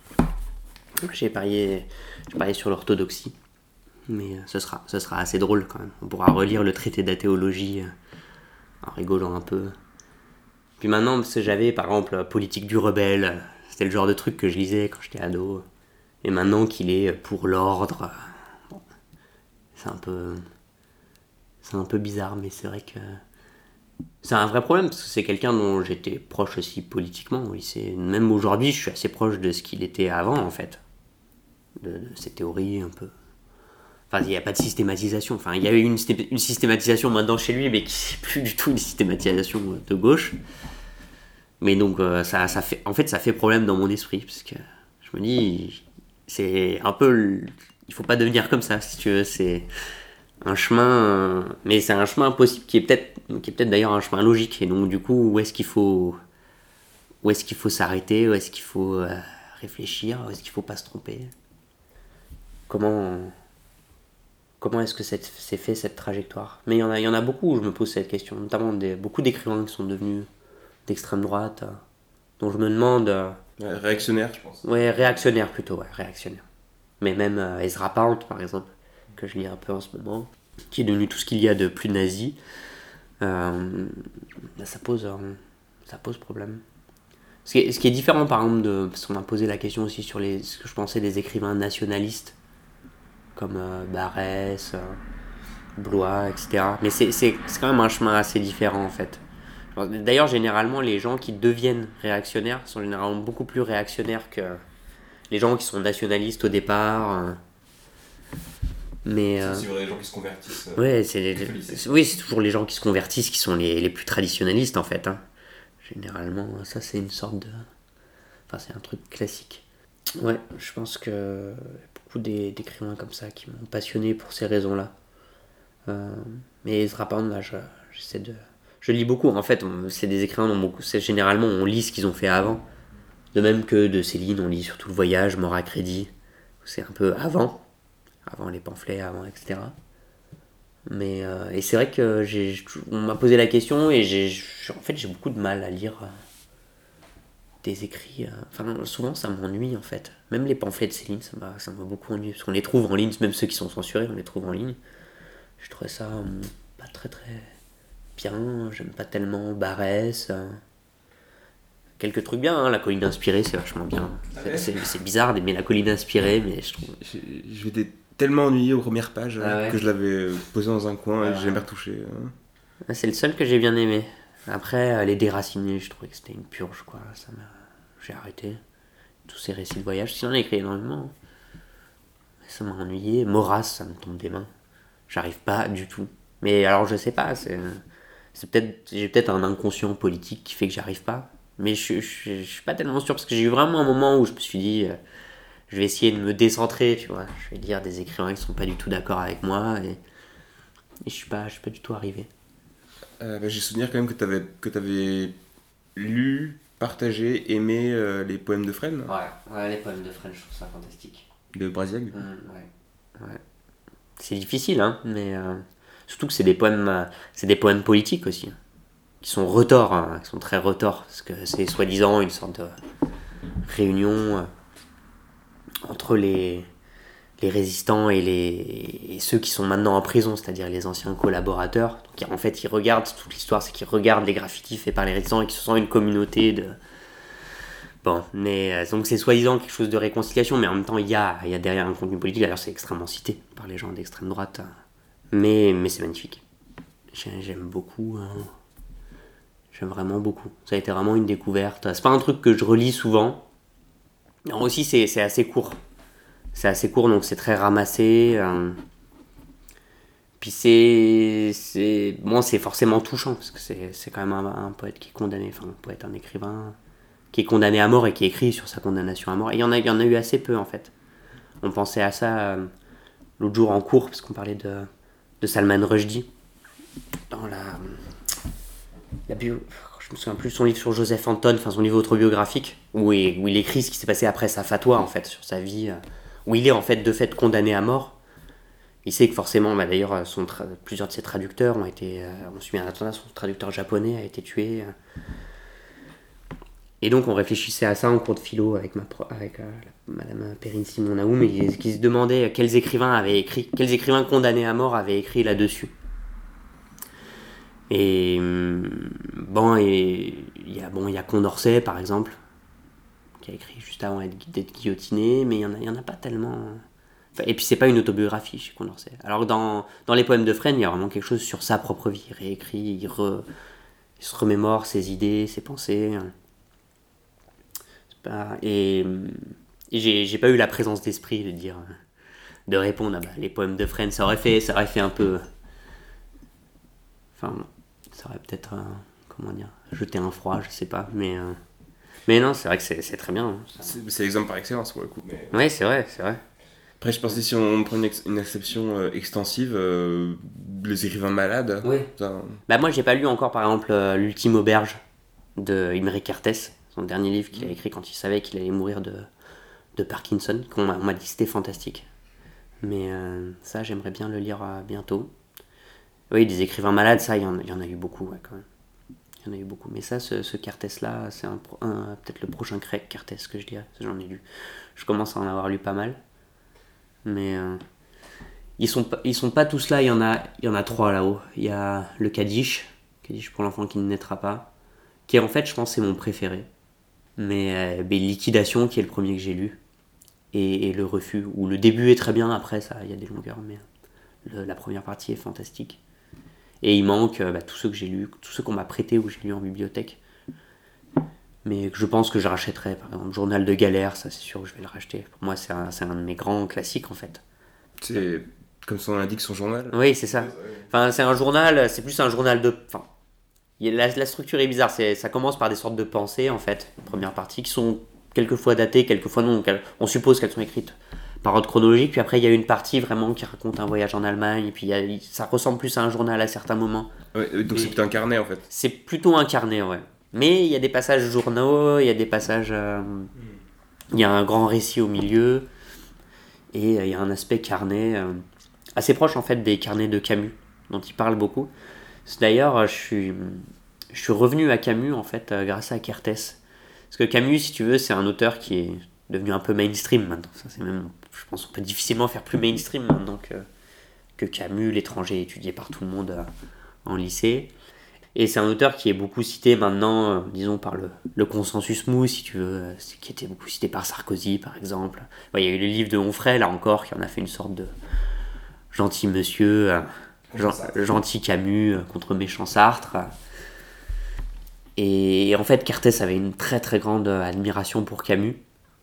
J'ai parié, j'ai parié sur l'orthodoxie. Mais ce sera, ce sera assez drôle, quand même. On pourra relire le traité d'athéologie en rigolant un peu. Puis maintenant, parce que j'avais, par exemple, Politique du rebelle. C'était le genre de truc que je lisais quand j'étais ado. Et maintenant qu'il est pour l'ordre... Bon, c'est un peu... C'est un peu bizarre, mais c'est vrai que... C'est un vrai problème, parce que c'est quelqu'un dont j'étais proche aussi politiquement. Oui, c'est... Même aujourd'hui, je suis assez proche de ce qu'il était avant, en fait. De, de ses théories, un peu... Enfin, il n'y a pas de systématisation. Enfin, il y a eu une, une systématisation maintenant chez lui, mais qui n'est plus du tout une systématisation de gauche. Mais donc, euh, ça, ça fait... En fait, ça fait problème dans mon esprit, parce que je me dis... C'est un peu... Il faut pas devenir comme ça, si tu veux, c'est... un chemin, mais c'est un chemin possible qui est peut-être, qui est peut-être d'ailleurs un chemin logique. Et donc du coup, où est-ce qu'il faut, où est-ce qu'il faut s'arrêter, où est-ce qu'il faut euh, réfléchir, où est-ce qu'il faut pas se tromper. Comment, comment est-ce que c'est, c'est fait cette trajectoire ? Mais il y en a, il y en a beaucoup où je me pose cette question, notamment des, beaucoup d'écrivains qui sont devenus d'extrême droite, euh, dont je me demande. Euh, ouais, réactionnaire, je pense. Ouais, réactionnaire plutôt, ouais, réactionnaire. Mais même euh, Ezra Pound, par exemple, que je lis un peu en ce moment, qui est devenu tout ce qu'il y a de plus nazi, euh, ça pose euh, ça pose problème. Ce qui, est, ce qui est différent par exemple de, parce qu'on m'a posé la question aussi sur les, ce que je pensais des écrivains nationalistes comme euh, Barès, euh, Blois, et cetera. Mais c'est, c'est, c'est quand même un chemin assez différent en fait. D'ailleurs, généralement, les gens qui deviennent réactionnaires sont généralement beaucoup plus réactionnaires que les gens qui sont nationalistes au départ. Euh, Mais, c'est euh, aussi vrai, les gens qui se convertissent. Euh, ouais, c'est, les, c'est, oui, c'est toujours les gens qui se convertissent qui sont les, les plus traditionnalistes en fait. Hein. Généralement, ça c'est une sorte de. Enfin, c'est un truc classique. Ouais, je pense que beaucoup des, d'écrivains comme ça qui m'ont passionné pour ces raisons-là. Euh, mais Ezra Pound, là, je, j'essaie de. Je lis beaucoup. En fait, on, c'est des écrivains dont beaucoup. C'est, généralement, on lit ce qu'ils ont fait avant. De même que de Céline, on lit surtout Le Voyage, Mort à crédit. C'est un peu avant. Avant les pamphlets, avant, et cetera. Mais, euh, et c'est vrai que j'ai, on m'a posé la question et j'ai, en fait, j'ai beaucoup de mal à lire euh, des écrits. Euh, enfin, souvent, ça m'ennuie, en fait. Même les pamphlets de Céline, ça m'a, ça m'a beaucoup ennuyé. Parce qu'on les trouve en ligne, même ceux qui sont censurés, on les trouve en ligne. Je trouvais ça euh, pas très, très bien. J'aime pas tellement Barès. Euh, quelques trucs bien, hein. La colline inspirée, c'est vachement bien. C'est, c'est, c'est bizarre d'aimer la colline inspirée, mais je trouve... J'ai- Je m'étais tellement ennuyé aux premières pages Ah ouais. que je l'avais posé dans un coin Ah et ouais. j'ai jamais retouché. hein. Ah, c'est le seul que j'ai bien aimé. Après, euh, les déracinés, je trouvais que c'était une purge, quoi. Ça m'a... J'ai arrêté. Tous ces récits de voyage, sinon on a écrit énormément. Ça m'a ennuyé. Maurras, ça me tombe des mains. J'arrive pas du tout. Mais alors, je sais pas, c'est... c'est peut-être... J'ai peut-être un inconscient politique qui fait que j'arrive pas. Mais je, je, je suis pas tellement sûr, parce que j'ai eu vraiment un moment où je me suis dit... euh, je vais essayer de me décentrer, tu vois. Je vais lire des écrivains qui sont pas du tout d'accord avec moi, et, et je suis pas, je suis pas du tout arrivé. Euh, bah, j'ai souvenir quand même que tu avais que t'avais lu, partagé, aimé euh, les poèmes de Fresne, Ouais, ouais, les poèmes de Fresne, je trouve ça fantastique. de Brasiac. Mmh, ouais. Ouais. C'est difficile, hein, mais euh, surtout que c'est des poèmes, euh, c'est des poèmes politiques aussi, hein, qui sont retors, hein, qui sont très retors, parce que c'est soi-disant une sorte de réunion euh, entre les, les résistants et, les, et ceux qui sont maintenant en prison, c'est-à-dire les anciens collaborateurs. Donc en fait, ils regardent, toute l'histoire, c'est qu'ils regardent les graffitis faits par les résistants et qu'ils se sentent une communauté de... Bon, mais euh, donc c'est soi-disant quelque chose de réconciliation, mais en même temps, il y a, il y a derrière un contenu politique. D'ailleurs, c'est extrêmement cité par les gens d'extrême droite. hein. Mais, mais c'est magnifique. J'ai- J'aime beaucoup. hein. J'aime vraiment beaucoup. Ça a été vraiment une découverte. C'est pas un truc que je relis souvent. Alors aussi, c'est c'est assez court. C'est assez court, donc c'est très ramassé. euh. Puis c'est... c'est bon, c'est forcément touchant, parce que c'est c'est quand même un, un poète qui est condamné, enfin un poète, un écrivain, qui est condamné à mort et qui écrit sur sa condamnation à mort. Et il y en a, il y en a eu assez peu, en fait. On pensait à ça euh, l'autre jour en cours, parce qu'on parlait de, de Salman Rushdie, dans la... la bio... Je me souviens plus, son livre sur Joseph Anton, enfin son livre autobiographique, où il, où il écrit ce qui s'est passé après sa fatwa, en fait, sur sa vie, euh, où il est en fait de fait condamné à mort. Il sait que forcément, bah, d'ailleurs, son tra- plusieurs de ses traducteurs ont été, euh, on subi un attentat, son traducteur japonais a été tué. euh. Et donc on réfléchissait à ça en cours de philo avec, ma pro- avec euh, la- Madame Perrine Simon Naoum, et qui se demandait quels écrivains avaient écrit, quels écrivains condamnés à mort avaient écrit là-dessus. Et hum, bon, et il y a bon, il y a Condorcet par exemple, qui a écrit juste avant d'être d'être guillotiné, mais il y en a, il y en a pas tellement. Enfin, et puis c'est pas une autobiographie chez Condorcet. Alors que dans dans les poèmes de Fresne, il y a vraiment quelque chose sur sa propre vie. Il réécrit, il, re, il se remémore ses idées, ses pensées. C'est pas, et et j'ai j'ai pas eu la présence d'esprit de dire, de répondre, ah bah, les poèmes de Fresne, ça aurait fait, ça aurait fait un peu. Enfin, ça aurait peut-être, euh, comment dire, jeté un froid, je sais pas, mais, euh, mais non, c'est vrai que c'est, c'est très bien. hein, ça. C'est c'est l'exemple par excellence pour le coup. Mais... Ouais, c'est vrai, c'est vrai. Après, je pensais si on prend une, ex- une exception euh, extensive, euh, les écrivains malades. Oui. ça- Bah moi, j'ai pas lu encore, par exemple, euh, L'Ultime Auberge de Imre Kertész, son dernier livre qu'il a écrit quand il savait qu'il allait mourir de, de Parkinson, qu'on m'a, on m'a dit que c'était fantastique. Mais euh, ça, j'aimerais bien le lire euh, bientôt. Oui, des écrivains malades, ça, il y, en- il y en a eu beaucoup, ouais, quand même. Il y en a eu beaucoup. Mais ça, ce, ce Kertész-là, c'est un, pro- un- peut-être le prochain Craig Kertész que je dirais. Ça, j'en ai lu. Je commence à en avoir lu pas mal. Mais euh, ils sont pas, ils sont pas tous là. Il y en a, il y en a trois là-haut. Il y a le Kaddish, Kaddish pour l'enfant qui ne naîtra pas, qui est en fait, je pense, c'est mon préféré. Mais, euh, mais Liquidation, qui est le premier que j'ai lu, et, et le Refus, où le début est très bien. Après, ça, il y a des longueurs, mais le- la première partie est fantastique. Et il manque euh, bah, tous ceux que j'ai lus, tous ceux qu'on m'a prêtés ou que j'ai lus en bibliothèque. Mais que je pense que je rachèterai. Par exemple, Journal de galère, ça c'est sûr que je vais le racheter. Pour moi, c'est un, c'est un de mes grands classiques en fait. C'est comme son indique son journal. Oui, c'est ça. Enfin, c'est un journal, c'est plus un journal de. Enfin, il y a- la, la structure est bizarre. C'est, ça commence par des sortes de pensées en fait, une première partie, qui sont quelquefois datées, quelquefois non. Donc, elles- on suppose qu'elles sont écrites par ordre chronologique. Puis après, il y a une partie vraiment qui raconte un voyage en Allemagne. Et puis, il y a- ça ressemble plus à un journal à certains moments. Ouais, euh, donc Et- c'est plutôt un carnet en fait. C'est plutôt incarné, ouais. Mais il y a des passages journaux, il y a des passages... euh, il y a un grand récit au milieu, et euh, il y a un aspect carnet, euh, assez proche en fait des carnets de Camus, dont il parle beaucoup. C'est d'ailleurs, euh, je suis, je suis revenu à Camus en fait, euh, grâce à Kertész. Parce que Camus, si tu veux, c'est un auteur qui est devenu un peu mainstream maintenant. Ça, c'est même, je pense qu'on peut difficilement faire plus mainstream maintenant que, que Camus, L'étranger étudié par tout le monde euh, en lycée. Et c'est un auteur qui est beaucoup cité maintenant, euh, disons, par le, le consensus mou, si tu veux, euh, qui était beaucoup cité par Sarkozy, par exemple. Ouais, il y a eu le livre de Onfray, là encore, qui en a fait une sorte de gentil monsieur, euh, gen- gentil Camus euh, contre méchant Sartre. Et, et en fait, Cartès avait une très très grande admiration pour Camus.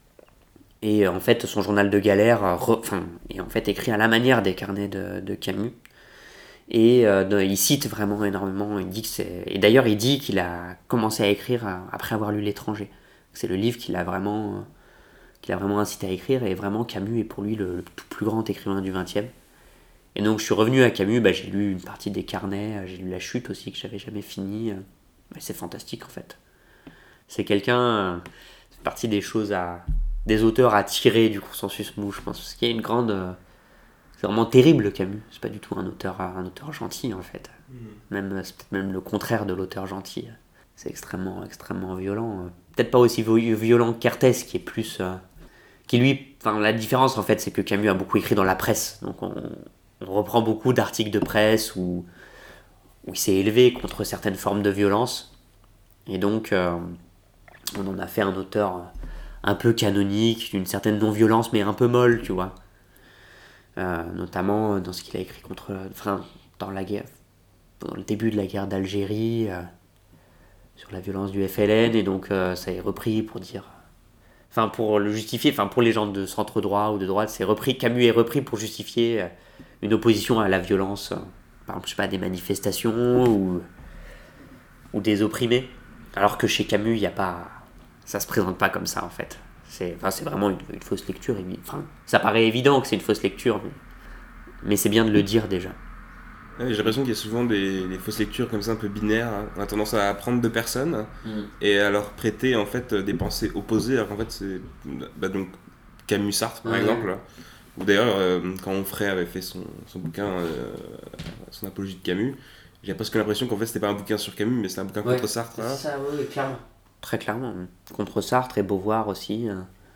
Et euh, en fait, son journal de galère euh, re, enfin, est en fait écrit à la manière des carnets de, de Camus. Et euh, de, il cite vraiment énormément. Il dit que c'est... Et d'ailleurs, il dit qu'il a commencé à écrire après avoir lu L'Étranger. C'est le livre qu'il a vraiment, qu'il a vraiment incité à écrire. Et vraiment, Camus est pour lui le, le tout plus grand écrivain du vingtième. Et donc, je suis revenu à Camus. Bah, j'ai lu une partie des carnets. J'ai lu La Chute aussi, que j'avais jamais fini. Bah, c'est fantastique, en fait. C'est quelqu'un... C'est partie des choses à... des auteurs à tirer du consensus mou, je pense. Parce qu'il y a une grande... C'est vraiment terrible, Camus. C'est pas du tout un auteur, un auteur gentil, en fait. Mmh. Même, c'est peut-être même le contraire de l'auteur gentil. C'est extrêmement, extrêmement violent. Peut-être pas aussi violent que Cartès, qui est plus... Euh, qui lui... Enfin, la différence, en fait, c'est que Camus a beaucoup écrit dans la presse. Donc, on, on reprend beaucoup d'articles de presse où, où il s'est élevé contre certaines formes de violence. Et donc, euh, on en a fait un auteur un peu canonique, d'une certaine non-violence, mais un peu molle, tu vois. Euh, notamment dans ce qu'il a écrit contre, enfin, dans la guerre, dans le début de la guerre d'Algérie, euh, sur la violence du F L N, et donc euh, ça est repris pour dire, enfin pour le justifier, enfin pour les gens de centre droit ou de droite, c'est repris, Camus est repris pour justifier euh, une opposition à la violence, euh, par exemple, je sais pas, des manifestations ou ou des opprimés, alors que chez Camus il y a pas, ça se présente pas comme ça en fait. C'est, enfin, c'est vraiment une, une fausse lecture. Enfin, ça paraît évident que c'est une fausse lecture, mais, mais c'est bien de le dire déjà. Ouais, j'ai l'impression qu'il y a souvent des, des fausses lectures comme ça un peu binaires. Hein. On a tendance à prendre deux personnes mm. et à leur prêter en fait des pensées opposées, alors qu'en fait c'est bah, donc Camus-Sartre par ouais. exemple. Ou d'ailleurs euh, quand Onfray avait fait son, son bouquin, euh, son apologie de Camus, j'ai presque l'impression qu'en fait c'était pas un bouquin sur Camus, mais c'était un bouquin ouais, contre Sartre. C'est hein. ça, oui, clairement. Très clairement, contre Sartre et Beauvoir aussi, euh,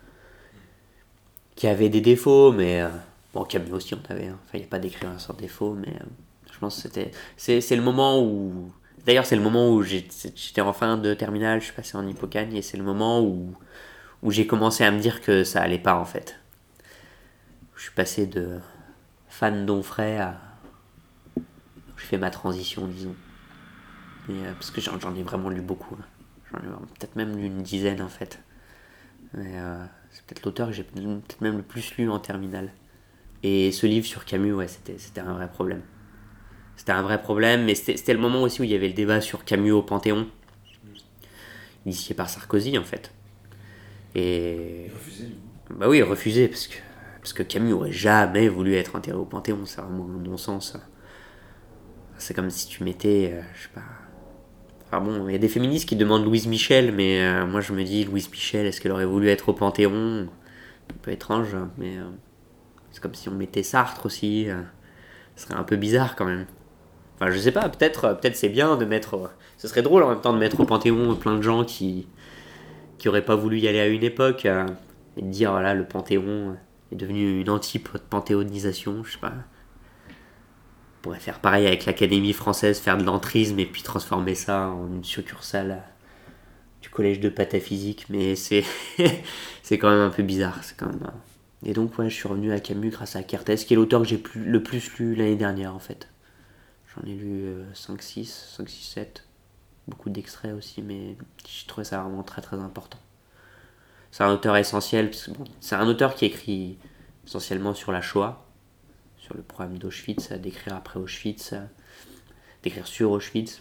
qui avait des défauts, mais euh, bon, Camus aussi en avait. Hein. Enfin, il n'y a pas d'écrivain sans défaut, mais euh, je pense que c'était. C'est, c'est le moment où. D'ailleurs, c'est le moment où j'ai, j'étais en fin de terminale, je suis passé en Hippocagne, et c'est le moment où, où j'ai commencé à me dire que ça allait pas en fait. Je suis passé de fan d'Onfray à. J'ai fait ma transition, disons. Et, euh, parce que j'en, j'en ai vraiment lu beaucoup. Hein. J'en ai peut-être même lu une dizaine en fait. Mais, euh, c'est peut-être l'auteur que j'ai peut-être même le plus lu en terminale. Et ce livre sur Camus, ouais, c'était, c'était un vrai problème. C'était un vrai problème, mais c'était, c'était le moment aussi où il y avait le débat sur Camus au Panthéon. Initié par Sarkozy en fait. Et. Il refusait, lui. Bah oui, il refusait, parce que, parce que Camus aurait jamais voulu être enterré au Panthéon, c'est vraiment un non-sens. C'est comme si tu mettais, euh, je sais pas. Enfin bon, il y a des féministes qui demandent Louise Michel, mais euh, moi je me dis, Louise Michel, est-ce qu'elle aurait voulu être au Panthéon ? Un peu étrange, mais euh, c'est comme si on mettait Sartre aussi. Euh, ce serait un peu bizarre quand même. Enfin, je sais pas, peut-être, peut-être c'est bien de mettre. Euh, ce serait drôle en même temps de mettre au Panthéon plein de gens qui qui auraient pas voulu y aller à une époque, euh, et de dire voilà, le Panthéon est devenu une anti-panthéonisation, je sais pas. On pourrait faire pareil avec l'Académie française, faire de l'entrisme et puis transformer ça en une succursale du collège de pataphysique, mais c'est c'est quand même un peu bizarre. C'est quand même... Et donc ouais, je suis revenu à Camus grâce à Cartès, qui est l'auteur que j'ai plus, le plus lu l'année dernière en fait. J'en ai lu euh, cinq six, cinq six sept, beaucoup d'extraits aussi, mais j'ai trouvé ça vraiment très très important. C'est un auteur essentiel, parce que, bon, c'est un auteur qui écrit essentiellement sur la Shoah, sur le problème d'Auschwitz, à décrire après Auschwitz, à d'écrire sur Auschwitz,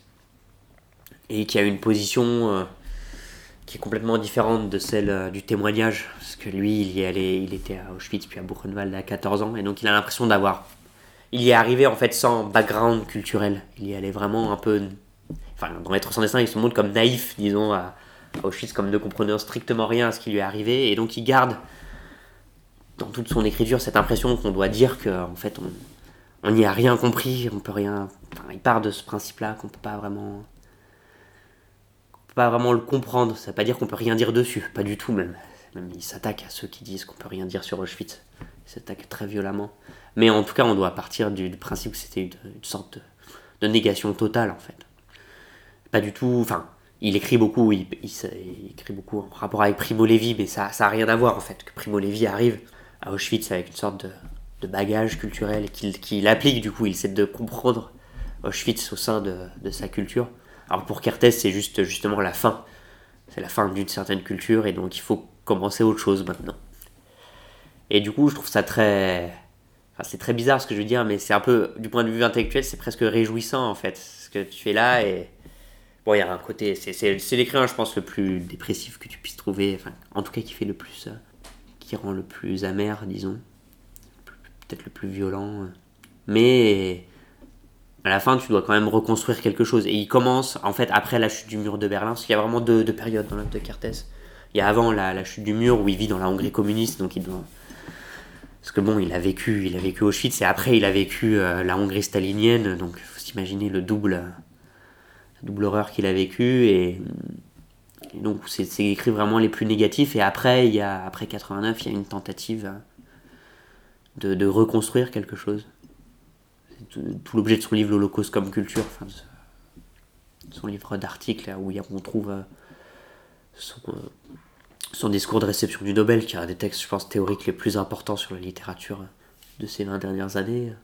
et qui a une position euh, qui est complètement différente de celle euh, du témoignage, parce que lui, il y allait, il était à Auschwitz puis à Buchenwald à quatorze ans, et donc il a l'impression d'avoir... Il y est arrivé en fait sans background culturel, il y allait vraiment un peu... Enfin, dans Maître sans destin, il se montre comme naïf, disons, à, à Auschwitz, comme ne comprenant strictement rien à ce qui lui est arrivé, et donc il garde dans toute son écriture cette impression qu'on doit dire qu'en fait on on n'y a rien compris, on peut rien... Enfin, il part de ce principe-là qu'on peut pas vraiment... qu'on peut pas vraiment le comprendre, ça veut pas dire qu'on peut rien dire dessus, pas du tout même. Même il s'attaque à ceux qui disent qu'on peut rien dire sur Auschwitz, il s'attaque très violemment. Mais en tout cas, on doit partir du, du principe que c'était une, une sorte de, de négation totale en fait. pas du tout... Enfin, il écrit beaucoup, il, il, il écrit beaucoup en rapport avec Primo Levi, mais ça n'a rien à voir en fait, que Primo Levi arrive à Auschwitz avec une sorte de, de bagage culturel qu'il qu'il applique, du coup, il essaie de comprendre Auschwitz au sein de, de sa culture. Alors pour Kertész, c'est juste justement la fin. C'est la fin d'une certaine culture, et donc il faut commencer autre chose maintenant. Et du coup, je trouve ça très... Enfin, c'est très bizarre ce que je veux dire, mais c'est un peu, du point de vue intellectuel, c'est presque réjouissant en fait. Ce que tu fais là, et... Bon, il y a un côté... C'est, c'est, c'est l'écrivain, je pense, le plus dépressif que tu puisses trouver. Enfin, en tout cas, qui fait le plus... Euh, qui rend le plus amer, disons. Peut-être le plus violent. Mais... à la fin, tu dois quand même reconstruire quelque chose. Et il commence, en fait, après la chute du mur de Berlin, parce qu'il y a vraiment deux, deux périodes dans l'œuvre de Kertész. Il y a avant la, la chute du mur, où il vit dans la Hongrie communiste, donc il doit... Parce que bon, il a vécu, il a vécu Auschwitz, et après, il a vécu euh, la Hongrie stalinienne, donc il faut s'imaginer le double, la double horreur qu'il a vécu, et, et donc c'est, c'est écrit vraiment les plus négatifs, et après, il y a, après quatre-vingt-neuf, il y a une tentative de, de reconstruire quelque chose. Tout, tout l'objet de son livre L'Holocauste comme culture, enfin, de son livre d'articles où on trouve euh, son, euh, son discours de réception du Nobel, qui est un des textes, je pense, théoriques les plus importants sur la littérature de ces vingt dernières années.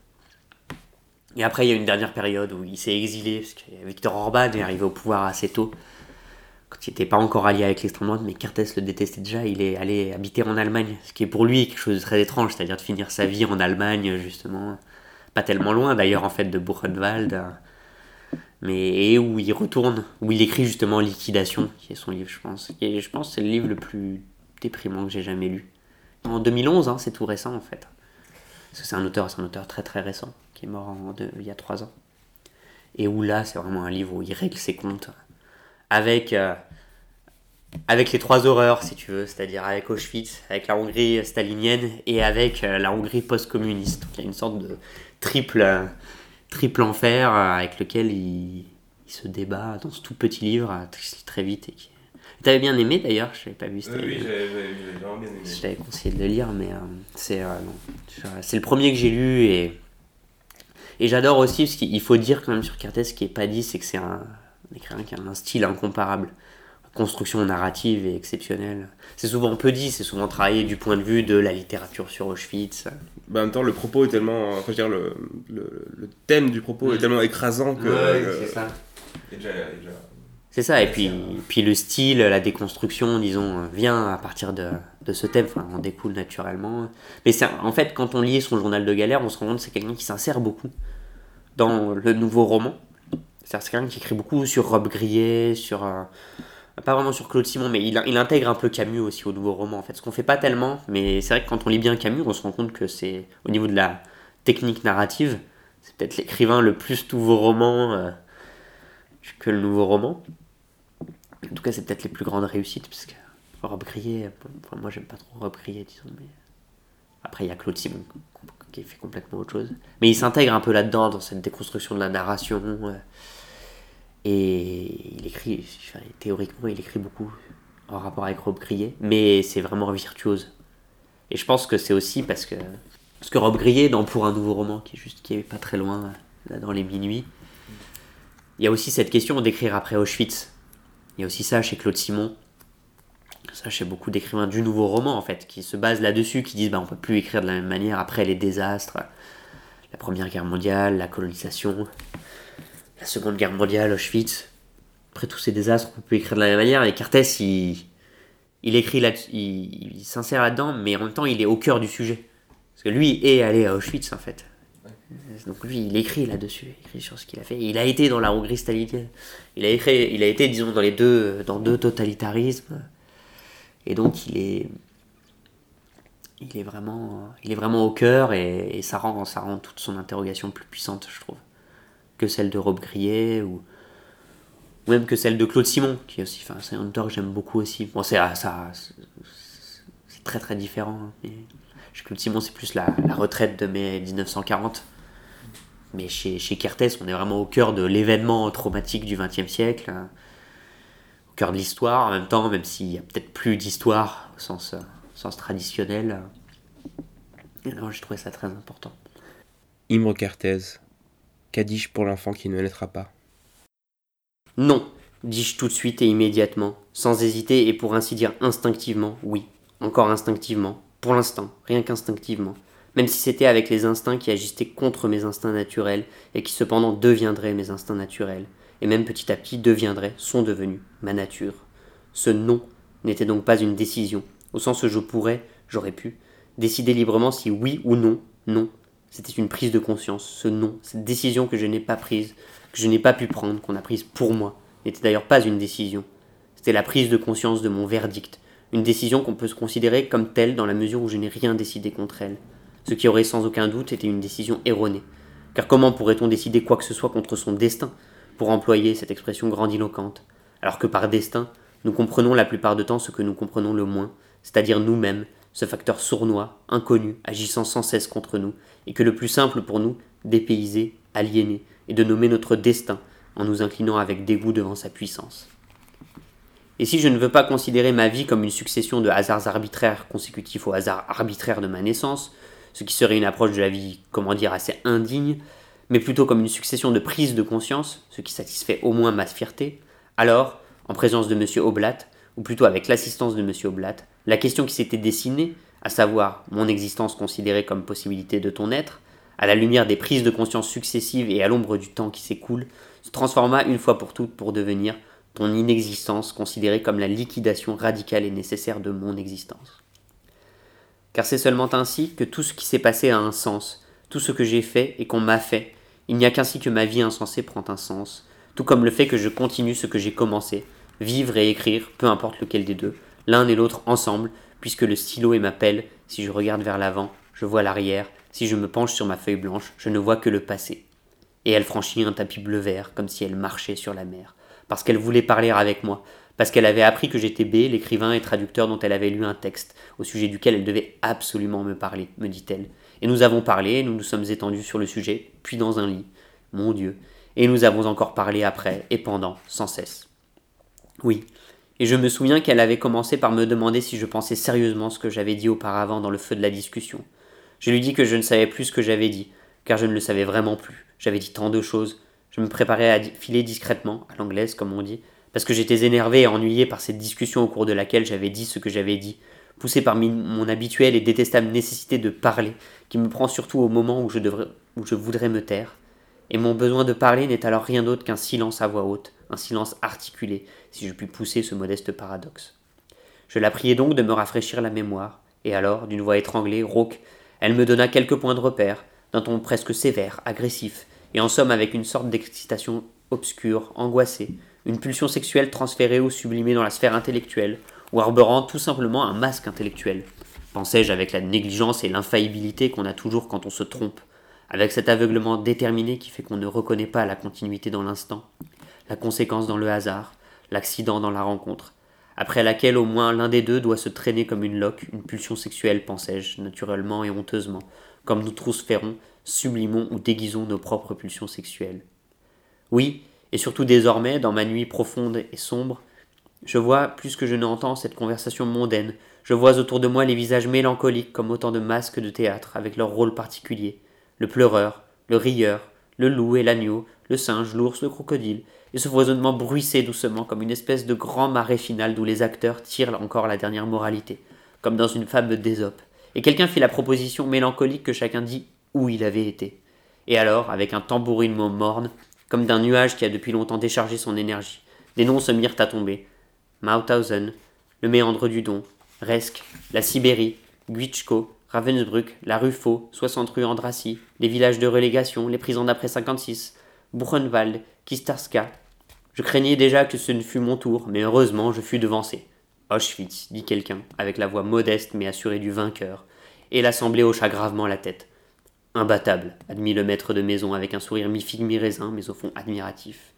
Et après, il y a une dernière période où il s'est exilé, parce que Viktor Orban est arrivé au pouvoir assez tôt, quand il n'était pas encore allié avec l'extrême droite, mais Kertész le détestait déjà. Il est allé habiter en Allemagne, ce qui est pour lui quelque chose de très étrange, c'est-à-dire de finir sa vie en Allemagne, justement. Pas tellement loin d'ailleurs en fait de Buchenwald, mais et où il retourne, où il écrit justement Liquidation, qui est son livre, je pense. Et je pense que c'est le livre le plus déprimant que j'ai jamais lu. En deux mille onze, hein, c'est tout récent en fait. Parce que c'est un auteur, c'est un auteur très très récent, qui est mort en deux, il y a trois ans. Et où là, c'est vraiment un livre où il règle ses comptes avec, euh, avec les trois horreurs, si tu veux, c'est-à-dire avec Auschwitz, avec la Hongrie stalinienne et avec euh, la Hongrie post-communiste. Donc il y a une sorte de triple, euh, triple enfer euh, avec lequel il, il se débat dans ce tout petit livre, euh, très vite. Et qui... T'avais bien aimé d'ailleurs, je l'avais pas vu. Oui, oui j'avais, j'avais vraiment bien aimé. Je t'avais conseillé de le lire, mais euh, c'est, euh, non, c'est le premier que j'ai lu, et, et j'adore aussi, parce qu'il faut dire quand même sur Kertész, ce qui n'est pas dit, c'est que c'est un, un écrivain qui a un style incomparable. La construction narrative est exceptionnelle. C'est souvent peu dit, c'est souvent travaillé du point de vue de la littérature sur Auschwitz. Bah, en même temps, le propos est tellement. Enfin, je veux dire, le, le, le thème du propos mmh. est tellement écrasant que. Ouais, euh, c'est ça. Et déjà, et déjà... C'est ça, et puis, puis le style, la déconstruction, disons, vient à partir de, de ce thème, enfin, on découle naturellement. Mais c'est, en fait, quand on lit son journal de galère, on se rend compte que c'est quelqu'un qui s'insère beaucoup dans le nouveau roman. C'est-à-dire c'est quelqu'un qui écrit beaucoup sur Rob Grillet, sur... Euh, pas vraiment sur Claude Simon, mais il, il intègre un peu Camus aussi au nouveau roman, en fait. Ce qu'on fait pas tellement, mais c'est vrai que quand on lit bien Camus, on se rend compte que c'est, au niveau de la technique narrative, c'est peut-être l'écrivain le plus nouveau roman euh, que le nouveau roman. En tout cas, c'est peut-être les plus grandes réussites, parce que Rob Grillet, bon, moi j'aime pas trop Rob Grillet, disons, mais après il y a Claude Simon qui fait complètement autre chose. Mais il s'intègre un peu là-dedans, dans cette déconstruction de la narration, euh, et il écrit, enfin, théoriquement, il écrit beaucoup en rapport avec Rob Grillet, mais c'est vraiment virtuose. Et je pense que c'est aussi parce que, parce que Rob Grillet, dans Pour un nouveau roman, qui est juste, qui est pas très loin, là dans les minuits, il y a aussi cette question d'écrire après Auschwitz. Il y a aussi ça chez Claude Simon, ça chez beaucoup d'écrivains du nouveau roman en fait, qui se basent là-dessus, qui disent bah, on peut plus écrire de la même manière après les désastres, la Première Guerre mondiale, la colonisation, la Seconde Guerre mondiale, Auschwitz. Après tous ces désastres, on peut écrire de la même manière. Et Kertész, il, il écrit là, il, il s'insère là-dedans, mais en même temps il est au cœur du sujet, parce que lui est allé à Auschwitz en fait. Donc lui, il écrit là-dessus, il écrit sur ce qu'il a fait. Il a été dans la Hongrie stalinienne. Il a écrit, il a été, disons, dans les deux, dans deux totalitarismes. Et donc il est, il est vraiment, il est vraiment au cœur, et, et ça rend, ça rend toute son interrogation plus puissante, je trouve, que celle de Rob Grillet ou, ou même que celle de Claude Simon, qui est aussi, enfin, c'est un auteur que j'aime beaucoup aussi. Bon, c'est ça, c'est, c'est très très différent. Hein, mais chez Claude Simon, c'est plus la, la retraite de mai dix-neuf cent quarante. Mais chez, chez Kertész, on est vraiment au cœur de l'événement traumatique du vingtième siècle, hein, au cœur de l'histoire, en même temps, même s'il n'y a peut-être plus d'histoire au sens, au sens traditionnel. Et alors, j'ai trouvé ça très important. Imre Kertész, qu'a dis-je pour l'enfant qui ne naîtra pas ? Non, dis-je tout de suite et immédiatement, sans hésiter et pour ainsi dire instinctivement, oui, encore instinctivement, pour l'instant, rien qu'instinctivement, même si c'était avec les instincts qui agissaient contre mes instincts naturels et qui cependant deviendraient mes instincts naturels, et même petit à petit deviendraient, sont devenus, ma nature. Ce non n'était donc pas une décision, au sens où je pourrais, j'aurais pu, décider librement si oui ou non, non. C'était une prise de conscience, ce non, cette décision que je n'ai pas prise, que je n'ai pas pu prendre, qu'on a prise pour moi, n'était d'ailleurs pas une décision. C'était la prise de conscience de mon verdict, une décision qu'on peut se considérer comme telle dans la mesure où je n'ai rien décidé contre elle, ce qui aurait sans aucun doute été une décision erronée. Car comment pourrait-on décider quoi que ce soit contre son destin, pour employer cette expression grandiloquente, alors que par destin, nous comprenons la plupart du temps ce que nous comprenons le moins, c'est-à-dire nous-mêmes, ce facteur sournois, inconnu, agissant sans cesse contre nous, et que le plus simple pour nous, dépayser, aliéner, et de nommer notre destin, en nous inclinant avec dégoût devant sa puissance. Et si je ne veux pas considérer ma vie comme une succession de hasards arbitraires consécutifs au hasard arbitraire de ma naissance, ce qui serait une approche de la vie, comment dire, assez indigne, mais plutôt comme une succession de prises de conscience, ce qui satisfait au moins ma fierté, alors, en présence de M. Oblat, ou plutôt avec l'assistance de M. Oblat, la question qui s'était dessinée, à savoir mon existence considérée comme possibilité de ton être, à la lumière des prises de conscience successives et à l'ombre du temps qui s'écoule, se transforma une fois pour toutes pour devenir ton inexistence considérée comme la liquidation radicale et nécessaire de mon existence. Car c'est seulement ainsi que tout ce qui s'est passé a un sens, tout ce que j'ai fait et qu'on m'a fait, il n'y a qu'ainsi que ma vie insensée prend un sens, tout comme le fait que je continue ce que j'ai commencé, vivre et écrire, peu importe lequel des deux, l'un et l'autre ensemble, puisque le stylo est ma pelle, si je regarde vers l'avant, je vois l'arrière, si je me penche sur ma feuille blanche, je ne vois que le passé. Et elle franchit un tapis bleu-vert, comme si elle marchait sur la mer, parce qu'elle voulait parler avec moi, parce qu'elle avait appris que j'étais B, l'écrivain et traducteur dont elle avait lu un texte, au sujet duquel elle devait absolument me parler, me dit-elle. Et nous avons parlé, nous nous sommes étendus sur le sujet, puis dans un lit, mon Dieu, et nous avons encore parlé après et pendant, sans cesse. Oui, et je me souviens qu'elle avait commencé par me demander si je pensais sérieusement ce que j'avais dit auparavant dans le feu de la discussion. Je lui dis que je ne savais plus ce que j'avais dit, car je ne le savais vraiment plus. J'avais dit tant de choses. Je me préparais à filer discrètement, à l'anglaise comme on dit, parce que j'étais énervé et ennuyé par cette discussion au cours de laquelle j'avais dit ce que j'avais dit, poussé par mon habituelle et détestable nécessité de parler, qui me prend surtout au moment où je, devrais, où je voudrais me taire. Et mon besoin de parler n'est alors rien d'autre qu'un silence à voix haute, un silence articulé, si je puis pousser ce modeste paradoxe. Je la priai donc de me rafraîchir la mémoire, et alors, d'une voix étranglée, rauque, elle me donna quelques points de repère, d'un ton presque sévère, agressif, et en somme avec une sorte d'excitation obscure, angoissée, une pulsion sexuelle transférée ou sublimée dans la sphère intellectuelle, ou arborant tout simplement un masque intellectuel, pensais-je avec la négligence et l'infaillibilité qu'on a toujours quand on se trompe, avec cet aveuglement déterminé qui fait qu'on ne reconnaît pas la continuité dans l'instant, la conséquence dans le hasard, l'accident dans la rencontre, après laquelle au moins l'un des deux doit se traîner comme une loque, une pulsion sexuelle, pensais-je, naturellement et honteusement, comme nous tous ferons, sublimons ou déguisons nos propres pulsions sexuelles. Oui, et surtout désormais, dans ma nuit profonde et sombre, je vois, plus que je n'entends, cette conversation mondaine, je vois autour de moi les visages mélancoliques comme autant de masques de théâtre, avec leur rôle particulier, le pleureur, le rieur, le loup et l'agneau, le singe, l'ours, le crocodile, et ce foisonnement bruissait doucement comme une espèce de grand marais final d'où les acteurs tirent encore la dernière moralité, comme dans une fable d'Ésope. Et quelqu'un fit la proposition mélancolique que chacun dit où il avait été. Et alors, avec un tambourinement morne, comme d'un nuage qui a depuis longtemps déchargé son énergie, des noms se mirent à tomber. Mauthausen, le méandre du Don, Resk, la Sibérie, Guitschko, Ravensbrück, la rue Faux, soixante rue Andrassy, les villages de relégation, les prisons d'après cinquante-six, Buchenwald, Kistarska. Je craignais déjà que ce ne fût mon tour, mais heureusement je fus devancé. Auschwitz, dit quelqu'un, avec la voix modeste mais assurée du vainqueur, et l'assemblée hocha gravement la tête. Imbattable, admit le maître de maison avec un sourire mi-figue mi-raisin, mais au fond admiratif.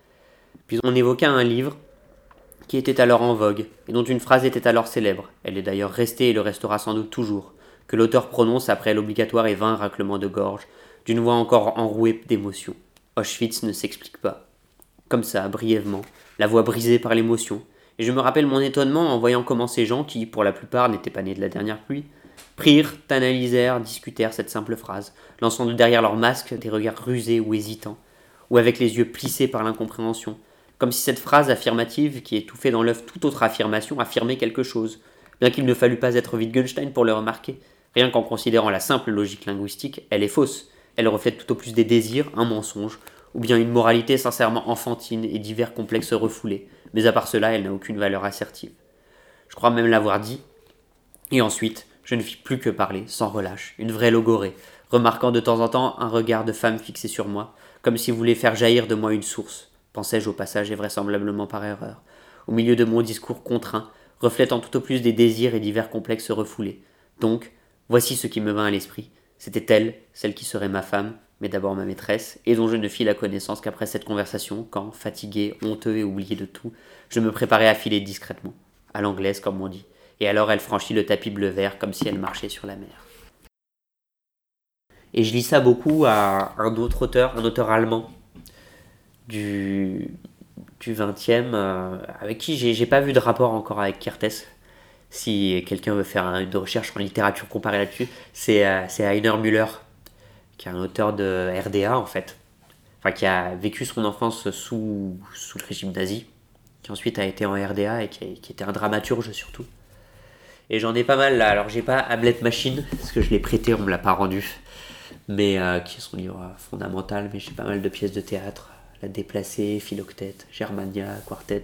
Puis on évoqua un livre qui était alors en vogue, et dont une phrase était alors célèbre, elle est d'ailleurs restée et le restera sans doute toujours, que l'auteur prononce après l'obligatoire et vain raclement de gorge, d'une voix encore enrouée d'émotion. Auschwitz ne s'explique pas. Comme ça, brièvement, la voix brisée par l'émotion, et je me rappelle mon étonnement en voyant comment ces gens, qui, pour la plupart, n'étaient pas nés de la dernière pluie, prirent, analysèrent, discutèrent cette simple phrase, lançant de derrière leur masque des regards rusés ou hésitants, ou avec les yeux plissés par l'incompréhension, comme si cette phrase affirmative qui étouffait dans l'œuf toute autre affirmation affirmait quelque chose, bien qu'il ne fallût pas être Wittgenstein pour le remarquer. Rien qu'en considérant la simple logique linguistique, elle est fausse. Elle reflète tout au plus des désirs, un mensonge, ou bien une moralité sincèrement enfantine et divers complexes refoulés, mais à part cela, elle n'a aucune valeur assertive. Je crois même l'avoir dit, et ensuite, je ne fis plus que parler, sans relâche, une vraie logorée, remarquant de temps en temps un regard de femme fixé sur moi, comme s'il voulait faire jaillir de moi une source, pensais-je au passage et vraisemblablement par erreur, au milieu de mon discours contraint, reflétant tout au plus des désirs et divers complexes refoulés. Donc, voici ce qui me vint à l'esprit. C'était elle, celle qui serait ma femme, mais d'abord ma maîtresse, et dont je ne fis la connaissance qu'après cette conversation, quand, fatigué, honteux et oublié de tout, je me préparais à filer discrètement, à l'anglaise comme on dit, et alors elle franchit le tapis bleu vert comme si elle marchait sur la mer. Et je lis ça beaucoup à un autre auteur, un auteur allemand du, du vingtième, euh, avec qui j'ai, j'ai pas vu de rapport encore avec Kertész. Si quelqu'un veut faire une recherche en littérature comparée là-dessus, c'est, euh, c'est Heiner Müller, qui est un auteur de R D A en fait, enfin qui a vécu son enfance sous, sous le régime nazi, qui ensuite a été en R D A et qui, qui était un dramaturge surtout. Et j'en ai pas mal là, alors j'ai pas Hamlet Machine, parce que je l'ai prêté, on me l'a pas rendu, mais euh, qui est son livre fondamental, mais j'ai pas mal de pièces de théâtre, La Déplacée, Philoctète, Germania, Quartet,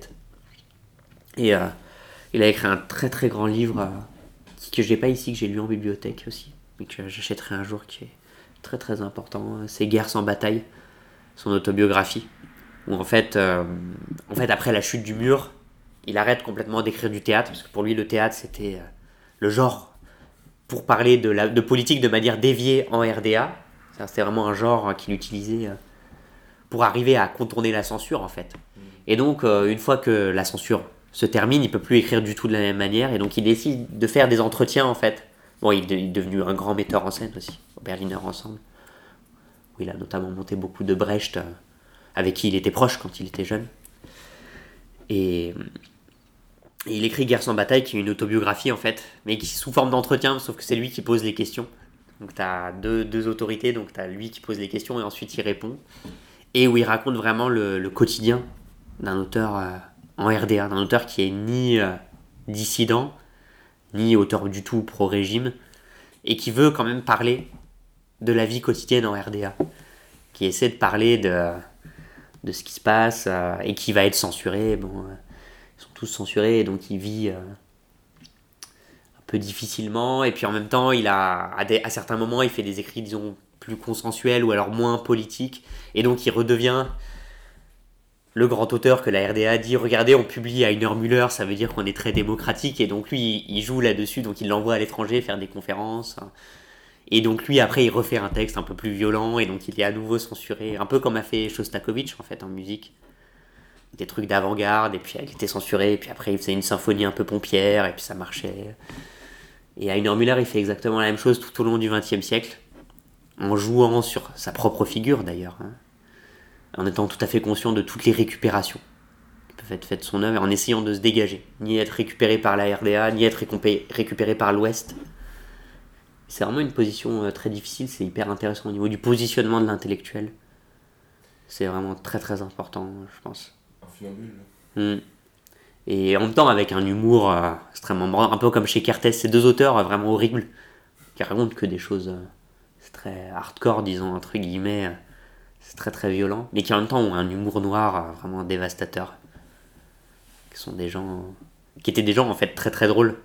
et euh, il a écrit un très très grand livre euh, que j'ai pas ici, que j'ai lu en bibliothèque aussi, mais que j'achèterai un jour, qui est très très important, c'est Guerre sans bataille, son autobiographie, où en fait, euh, en fait après la chute du mur, il arrête complètement d'écrire du théâtre, parce que pour lui le théâtre c'était euh, le genre pour parler de, la, de politique de manière déviée en R D A, c'était vraiment un genre qu'il utilisait euh, pour arriver à contourner la censure en fait. Et donc euh, une fois que la censure se termine, il peut plus écrire du tout de la même manière, et donc il décide de faire des entretiens en fait. Bon, il est devenu un grand metteur en scène aussi, au Berliner Ensemble, où il a notamment monté beaucoup de Brecht, euh, avec qui il était proche quand il était jeune. Et, et il écrit Guerre sans bataille, qui est une autobiographie en fait, mais qui sous forme d'entretien, sauf que c'est lui qui pose les questions. Donc tu as deux, deux autorités, donc tu as lui qui pose les questions et ensuite il répond. Et où il raconte vraiment le, le quotidien d'un auteur euh, en R D A, d'un auteur qui est ni euh, dissident, ni auteur du tout pro-régime, et qui veut quand même parler de la vie quotidienne en R D A, qui essaie de parler de, de ce qui se passe, euh, et qui va être censuré. Bon, euh, ils sont tous censurés, et donc il vit euh, un peu difficilement, et puis en même temps, il a, à, des, à certains moments, il fait des écrits, disons, plus consensuels, ou alors moins politiques, et donc il redevient le grand auteur que la R D A dit, regardez, on publie Heiner Müller, ça veut dire qu'on est très démocratique, et donc lui, il joue là-dessus, donc il l'envoie à l'étranger faire des conférences, et donc lui, après, il refait un texte un peu plus violent, et donc il est à nouveau censuré, un peu comme a fait Shostakovich, en fait, en musique, des trucs d'avant-garde, et puis il était censuré, et puis après, il faisait une symphonie un peu pompière, et puis ça marchait. Et Heiner Müller, il fait exactement la même chose tout au long du vingtième siècle, en jouant sur sa propre figure, d'ailleurs, hein, en étant tout à fait conscient de toutes les récupérations qui peuvent être faites de son œuvre, en essayant de se dégager, ni être récupéré par la R D A, ni être récupéré, récupéré par l'Ouest. C'est vraiment une position très difficile, c'est hyper intéressant au niveau du positionnement de l'intellectuel. C'est vraiment très très important, je pense. Un funambule. Mmh. Et en même temps avec un humour euh, extrêmement marrant, un peu comme chez Kertész, ces deux auteurs euh, vraiment horribles, qui racontent que des choses euh, c'est très hardcore, disons, entre guillemets, euh, c'est très très violent, mais qui en même temps ont un humour noir euh, vraiment dévastateur, qui sont des gens, qui étaient des gens en fait très très drôles,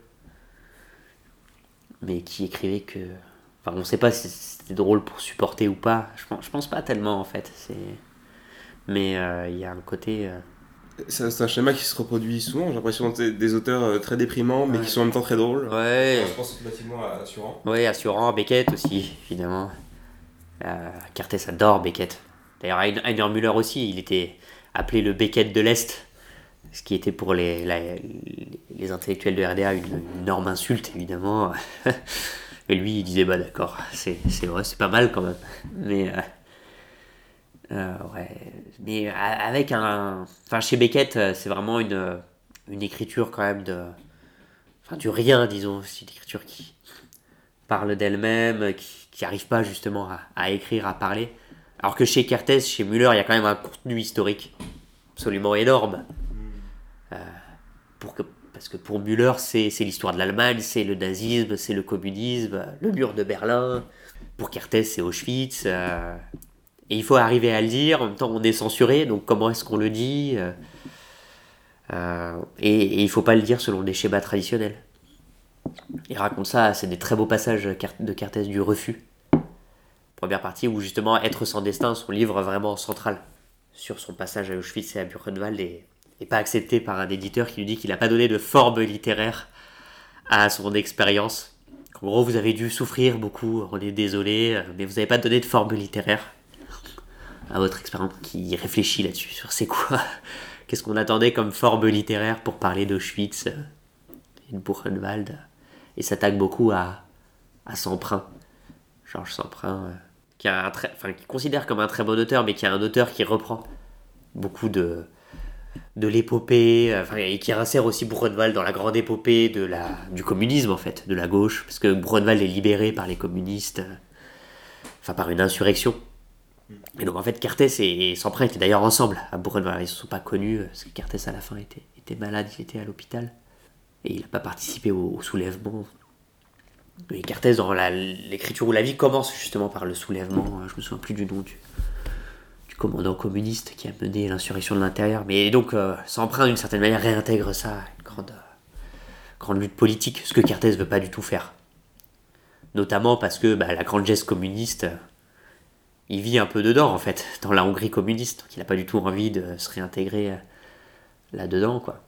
mais qui écrivaient que, enfin on sait pas si c'était drôle pour supporter ou pas, je pense, je pense pas tellement en fait, c'est, mais il euh, y a un côté... Euh... C'est, c'est un schéma qui se reproduit souvent, j'ai l'impression que des auteurs très déprimants, mais ouais. qui sont en même temps très drôles. Ouais. Je pense automatiquement à Assurant. Ouais, Assurant, Beckett aussi, évidemment. Euh, Kertész adore Beckett. D'ailleurs, Heiner Müller aussi, il était appelé le Beckett de l'Est, ce qui était pour les, la, les intellectuels de R D A une, une énorme insulte, évidemment. Et lui, il disait, bah d'accord, c'est, c'est vrai, c'est pas mal quand même. Mais... Euh, Euh, ouais, mais avec un, enfin chez Beckett, c'est vraiment une, une écriture quand même de, enfin du rien, disons, c'est une écriture qui parle d'elle-même, qui qui arrive pas justement à, à écrire, à parler. Alors que chez Kertész, chez Müller, il y a quand même un contenu historique absolument énorme. Euh, pour que, parce que pour Müller, c'est, c'est l'histoire de l'Allemagne, c'est le nazisme, c'est le communisme, le mur de Berlin. Pour Kertész, c'est Auschwitz. Euh, et il faut arriver à le dire. En même temps, on est censuré, donc comment est-ce qu'on le dit euh, euh, et, et il ne faut pas le dire selon des schémas traditionnels. Il raconte ça, c'est des très beaux passages de Kertész du refus. Première partie où justement Être sans destin, son livre vraiment central sur son passage à Auschwitz et à Buchenwald, est, est pas accepté par un éditeur qui lui dit qu'il n'a pas donné de forme littéraire à son expérience. En gros, vous avez dû souffrir beaucoup, on est désolé, mais vous n'avez pas donné de forme littéraire à votre expérience, qui réfléchit là-dessus, sur c'est quoi, qu'est-ce qu'on attendait comme forme littéraire pour parler d'Auschwitz et de Buchenwald, et s'attaque beaucoup à, à Semprin, Georges Semprin, euh, qui, a un très, enfin, qui considère comme un très bon auteur, mais qui est un auteur qui reprend beaucoup de, de l'épopée, enfin, et qui insère aussi Buchenwald dans la grande épopée de la, du communisme, en fait, de la gauche, parce que Buchenwald est libéré par les communistes, euh, enfin par une insurrection. Et donc en fait Kertész et Semprin étaient d'ailleurs ensemble à Buchenwald. Ils ne se sont pas connus parce que Kertész à la fin était, était malade, il était à l'hôpital et il n'a pas participé au, au soulèvement. Et Kertész dans la, l'écriture où la vie commence justement par le soulèvement, je me souviens plus du nom du, du commandant communiste qui a mené l'insurrection de l'intérieur. Mais donc euh, Semprin d'une certaine manière réintègre ça, une grande, grande lutte politique, ce que Kertész ne veut pas du tout faire. Notamment parce que bah, la grande geste communiste, il vit un peu dedans, en fait, dans la Hongrie communiste. Donc il n'a pas du tout envie de se réintégrer là-dedans, quoi.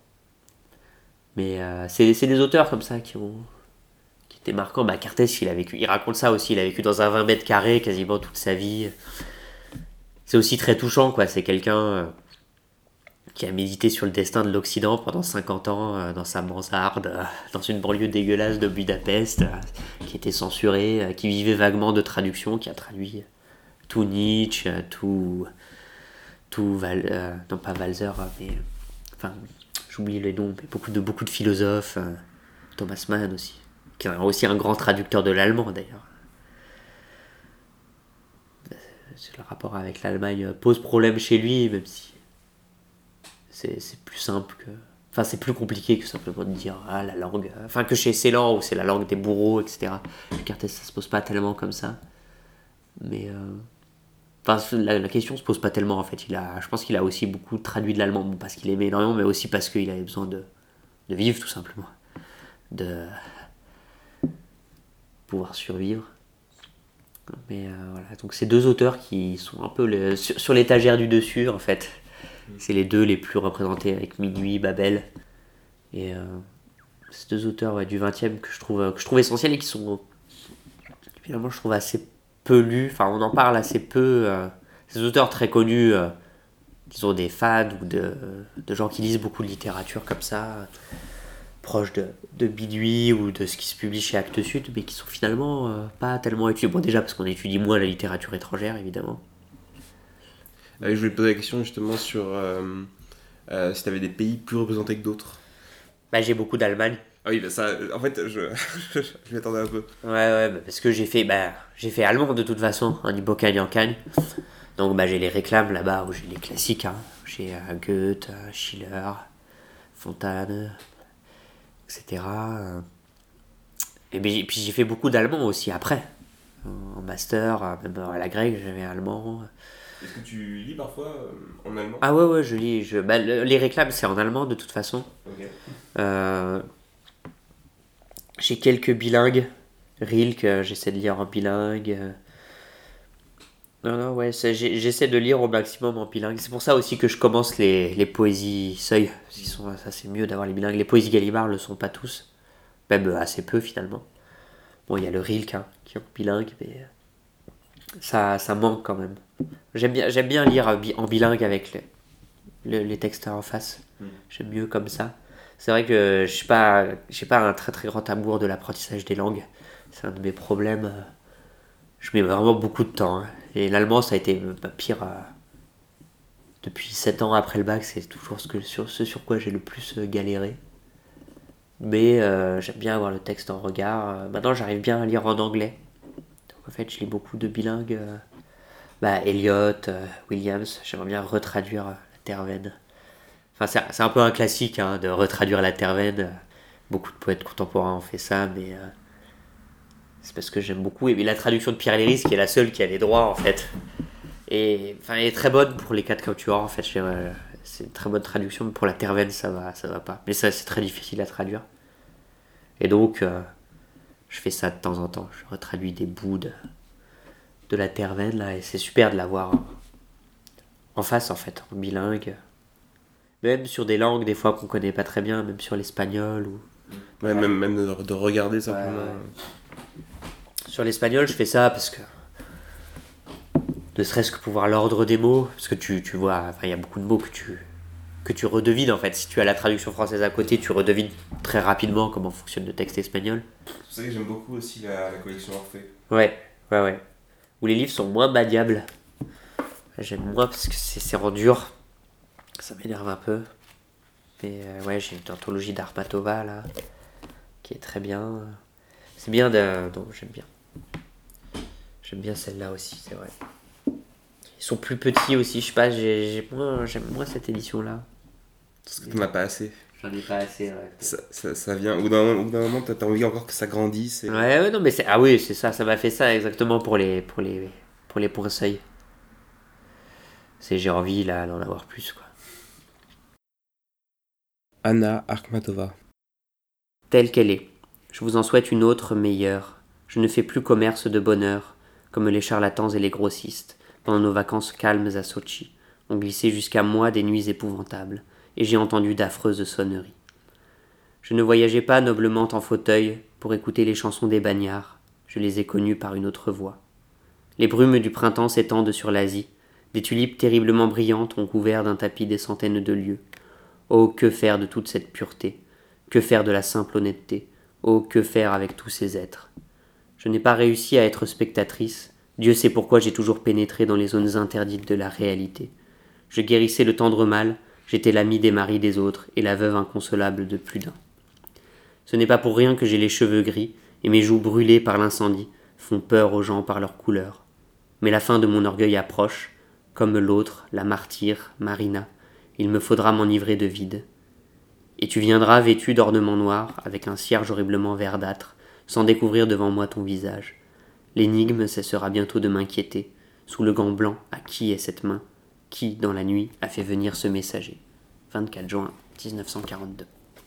Mais euh, c'est, c'est des auteurs comme ça qui ont qui étaient marquants. Bah, Kertész, il a vécu, il raconte ça aussi, il a vécu dans un vingt mètres carrés quasiment toute sa vie. C'est aussi très touchant, quoi. C'est quelqu'un euh, qui a médité sur le destin de l'Occident pendant cinquante ans, euh, dans sa mansarde, euh, dans une banlieue dégueulasse de Budapest, euh, qui était censurée, euh, qui vivait vaguement de traduction, qui a traduit tout Nietzsche, tout, tout Val, euh, non pas Walser, mais enfin j'oublie les noms, mais beaucoup de beaucoup de philosophes, euh, Thomas Mann aussi, qui est aussi un grand traducteur de l'allemand d'ailleurs. C'est le rapport avec l'Allemagne pose problème chez lui, même si c'est, c'est plus simple que, enfin c'est plus compliqué que simplement de dire ah la langue, enfin que chez Celan où c'est la langue des bourreaux, et cetera. Chez Kertész ça se pose pas tellement comme ça, mais euh, Enfin, la, la question se pose pas tellement en fait. Il a, je pense qu'il a aussi beaucoup traduit de l'allemand, bon, parce qu'il aimait énormément, mais aussi parce qu'il avait besoin de, de vivre tout simplement, de pouvoir survivre. Mais euh, voilà, donc ces deux auteurs qui sont un peu le, sur, sur l'étagère du dessus en fait. C'est les deux les plus représentés avec Minuit, Babel. Et euh, ces deux auteurs ouais, du vingtième que je trouve que je trouve essentiels et qui sont finalement je trouve assez peu lus, enfin on en parle assez peu, euh, ces auteurs très connus, euh, qui ont des fans ou de, de gens qui lisent beaucoup de littérature comme ça, euh, proches de, de Minuit ou de ce qui se publie chez Actes Sud, mais qui sont finalement euh, pas tellement étudiés. Bon déjà parce qu'on étudie moins la littérature étrangère évidemment. Ah, je voulais te poser la question justement sur euh, euh, si tu avais des pays plus représentés que d'autres. Bah j'ai beaucoup d'Allemagne. Ah oui, bah ça, en fait, je, je m'y attendais un peu. Ouais, ouais, bah parce que j'ai fait, bah, j'ai fait allemand de toute façon, en Ibocagne en Cagne. Donc bah, j'ai les réclames là-bas, où j'ai les classiques, hein. J'ai euh, Goethe, euh, Schiller, Fontane, et cetera. Et puis, puis j'ai fait beaucoup d'allemand aussi après. En master, même à la grecque, j'avais allemand. Est-ce que tu lis parfois euh, en allemand ? Ah ouais, ouais, je lis. Je, bah, le, les réclames, c'est en allemand de toute façon. Ok. Euh, j'ai quelques bilingues. Rilke, euh, j'essaie de lire en bilingue. Euh, non, non, ouais, c'est, j'ai, j'essaie de lire au maximum en bilingue. C'est pour ça aussi que je commence les, les poésies Seuil. Parce qu'ils sont, ça, c'est mieux d'avoir les bilingues. Les poésies Gallimard ne le sont pas tous. Même euh, assez peu finalement. Bon, il y a le Rilke hein, qui est en bilingue, mais ça, ça manque quand même. J'aime bien, j'aime bien lire en bilingue avec les, les, les textes en face. Mm. J'aime mieux comme ça. C'est vrai que je n'ai pas, pas un très très grand amour de l'apprentissage des langues. C'est un de mes problèmes. Je mets vraiment beaucoup de temps. Hein. Et l'allemand, ça a été bah, pire. Euh, depuis sept ans après le bac, c'est toujours ce, que, sur, ce sur quoi j'ai le plus galéré. Mais euh, j'aime bien avoir le texte en regard. Maintenant, j'arrive bien à lire en anglais. Donc en fait, je lis beaucoup de bilingues. Euh, bah, Eliot, euh, Williams. J'aimerais bien retraduire euh, la Terre-Veine. Enfin, c'est, c'est un peu un classique hein, de retraduire la Terre-Venne. Beaucoup de poètes contemporains ont fait ça, mais euh, c'est parce que j'aime beaucoup. Et la traduction de Pierre Léris, qui est la seule qui a les droits, en fait. Et enfin, elle est très bonne pour les quatre Quatuors, en fait. Euh, c'est une très bonne traduction, mais pour la Terre-Venne, ça va, ça va pas. Mais ça, c'est très difficile à traduire. Et donc, euh, je fais ça de temps en temps. Je retraduis des bouts de, de la Terre-Venne, là, et c'est super de l'avoir en face, en fait, en bilingue. Même sur des langues, des fois, qu'on connaît pas très bien, même sur l'espagnol ou... Ouais, même, même de, de regarder simplement. Ouais, ouais. Sur l'espagnol, je fais ça parce que ne serait-ce que pour voir l'ordre des mots, parce que tu, tu vois, enfin, il y a beaucoup de mots que tu, que tu redevines en fait. Si tu as la traduction française à côté, tu redevines très rapidement comment fonctionne le texte espagnol. C'est pour ça que j'aime beaucoup aussi la, la collection Orphée. Ouais, ouais, ouais. Où les livres sont moins maniables. J'aime moins parce que c'est, c'est rendu dur. Ça m'énerve un peu. Mais euh, ouais, j'ai une anthologie d'Armatova là, qui est très bien. C'est bien de... Donc j'aime bien. J'aime bien celle-là aussi, c'est vrai. Ils sont plus petits aussi, je sais pas, j'ai, j'ai moins, j'aime moins cette édition-là. Parce que t'en as pas assez. J'en ai pas assez, ouais. Ça, ça, ça vient, au bout d'un, au bout d'un moment, t'as, t'as envie encore que ça grandisse. Et... Ouais, ouais, non, mais c'est... Ah oui, c'est ça, ça m'a fait ça exactement pour les, pour les, pour les points seuil. C'est, j'ai envie, là, d'en avoir plus, quoi. Anna Akhmatova. Telle qu'elle est. Je vous en souhaite une autre, meilleure. Je ne fais plus commerce de bonheur, comme les charlatans et les grossistes, pendant nos vacances calmes à Sochi, ont glissé jusqu'à moi des nuits épouvantables, et j'ai entendu d'affreuses sonneries. Je ne voyageais pas noblement en fauteuil pour écouter les chansons des bagnards, je les ai connues par une autre voix. Les brumes du printemps s'étendent sur l'Asie, des tulipes terriblement brillantes ont couvert d'un tapis des centaines de lieues. Oh, que faire de toute cette pureté? Que faire de la simple honnêteté? Oh, que faire avec tous ces êtres? Je n'ai pas réussi à être spectatrice, Dieu sait pourquoi j'ai toujours pénétré dans les zones interdites de la réalité. Je guérissais le tendre mal, j'étais l'ami des maris des autres et la veuve inconsolable de plus d'un. Ce n'est pas pour rien que j'ai les cheveux gris et mes joues brûlées par l'incendie font peur aux gens par leur couleur. Mais la fin de mon orgueil approche, comme l'autre, la martyre, Marina. Il me faudra m'enivrer de vide. Et tu viendras vêtu d'ornements noirs, avec un cierge horriblement verdâtre, sans découvrir devant moi ton visage. L'énigme cessera bientôt de m'inquiéter. Sous le gant blanc, à qui est cette main? Qui, dans la nuit, a fait venir ce messager? vingt-quatre juin dix-neuf cent quarante-deux.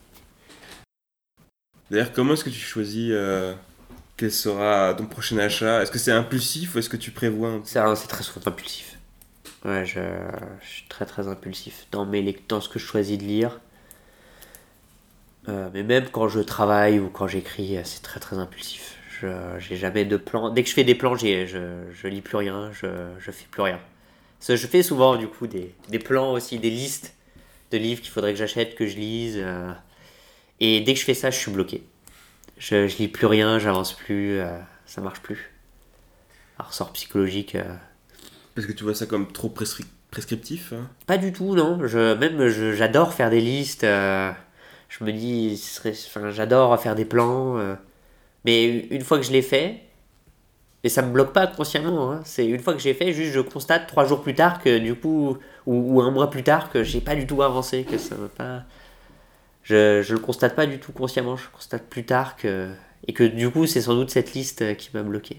D'ailleurs, comment est-ce que tu choisis euh, quel sera ton prochain achat? Est-ce que c'est impulsif ou est-ce que tu prévois un... C'est, c'est très souvent impulsif. Ouais, je, je suis très très impulsif dans, mes, dans ce que je choisis de lire. Euh, mais même quand je travaille ou quand j'écris, c'est très très impulsif. Je, j'ai jamais de plan. Dès que je fais des plans, j'ai, je, je lis plus rien, je, je fais plus rien. Ça, je fais souvent du coup des, des plans aussi, des listes de livres qu'il faudrait que j'achète, que je lise. Euh, et dès que je fais ça, je suis bloqué. Je, je lis plus rien, j'avance plus, euh, ça marche plus. Un ressort psychologique. Euh, Parce que tu vois ça comme trop prescri- prescriptif hein? Pas du tout, non. Je, même, je, j'adore faire des listes. Euh, je me dis, ce serait, enfin, j'adore faire des plans. Euh, mais une fois que je l'ai fait, et ça me bloque pas consciemment, hein, c'est une fois que j'ai fait, juste je constate trois jours plus tard que du coup, ou, ou un mois plus tard, que j'ai pas du tout avancé, que ça va pas. Je, je le constate pas du tout consciemment, je constate plus tard que. Et que du coup, c'est sans doute cette liste qui m'a bloqué.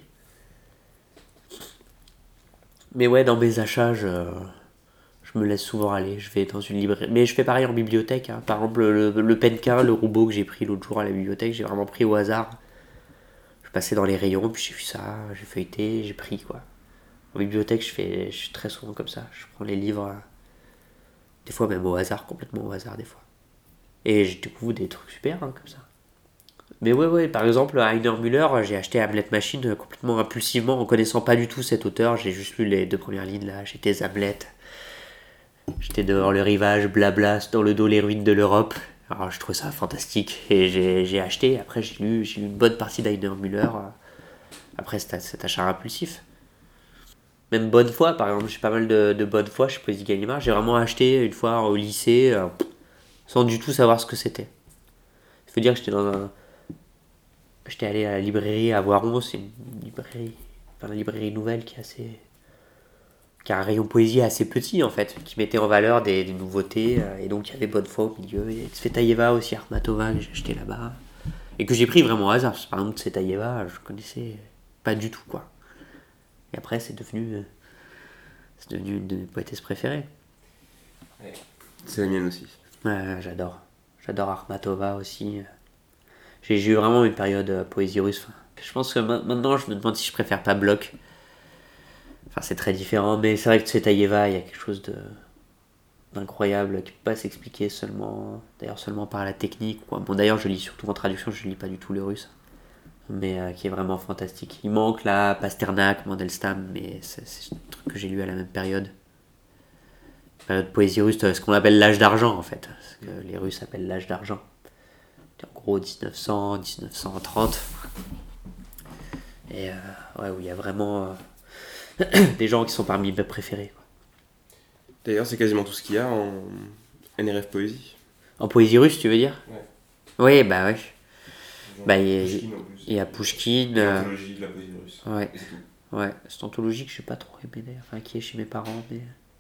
Mais ouais, dans mes achats, je, je me laisse souvent aller. Je vais dans une librairie. Mais je fais pareil en bibliothèque. Hein. Par exemple, le, le Penka, le Roubaud que j'ai pris l'autre jour à la bibliothèque, j'ai vraiment pris au hasard. Je passais dans les rayons, puis j'ai vu ça, j'ai feuilleté, j'ai pris quoi. En bibliothèque, je fais je suis très souvent comme ça. Je prends les livres, des fois même au hasard, complètement au hasard des fois. Et je découvre des trucs super hein, comme ça. Mais ouais, ouais, par exemple, à Heiner Müller, j'ai acheté Hamlet Machine complètement impulsivement, en connaissant pas du tout cet auteur. J'ai juste lu les deux premières lignes là. J'étais Hamlet. J'étais devant le rivage, blabla, dans le dos les ruines de l'Europe. Alors je trouvais ça fantastique. Et j'ai, j'ai acheté. Après, j'ai lu, j'ai lu une bonne partie d'Heiner Müller. Après cet, cet achat impulsif. Même Bonne Foi, par exemple. J'ai pas mal de, de Bonne Foi chez Poésie Gallimard. J'ai vraiment acheté une fois au lycée, euh, sans du tout savoir ce que c'était. Il faut dire que j'étais dans un. J'étais allé à la librairie à Voiron, c'est une librairie, enfin la librairie nouvelle qui est assez, qui a un rayon poésie assez petit en fait, qui mettait en valeur des, des nouveautés, euh, et donc il y avait Bonnefoy au milieu, et Tsvetaïeva aussi, Akhmatova, que j'ai acheté là-bas, et que j'ai pris vraiment au hasard, parce que par exemple Tsvetaïeva, je connaissais pas du tout, quoi. Et après, c'est devenu, euh, c'est devenu une de mes poétesses préférées. Ouais. C'est la mienne aussi. Ouais, j'adore. J'adore Akhmatova aussi. J'ai, j'ai eu vraiment une période euh, poésie russe. Enfin, je pense que ma- maintenant, je me demande si je préfère pas Bloch. Enfin, c'est très différent, mais c'est vrai que Tsvetaïeva, il y a quelque chose de d'incroyable qui peut pas s'expliquer seulement, d'ailleurs seulement par la technique, quoi. Bon, d'ailleurs, je lis surtout en traduction, je lis pas du tout le russe, mais euh, qui est vraiment fantastique. Il manque là Pasternak, Mandelstam, mais c'est, c'est un truc que j'ai lu à la même période. Période poésie russe, ce qu'on appelle l'âge d'argent en fait, ce que les Russes appellent l'âge d'argent. En gros dix-neuf cents, dix-neuf cent trente. Et euh, ouais, où il y a vraiment euh, des gens qui sont parmi mes préférés, quoi. D'ailleurs, c'est quasiment tout ce qu'il y a en N R F Poésie. En poésie russe, tu veux dire ? Ouais. Oui, bah ouais. Bah, il y a, il y a Pouchkine. Euh, L'anthologie de la poésie russe. ouais. Et c'est tout. Ouais, cette anthologie que j'ai pas trop aimé d'ailleurs, enfin qui est chez mes parents, mais.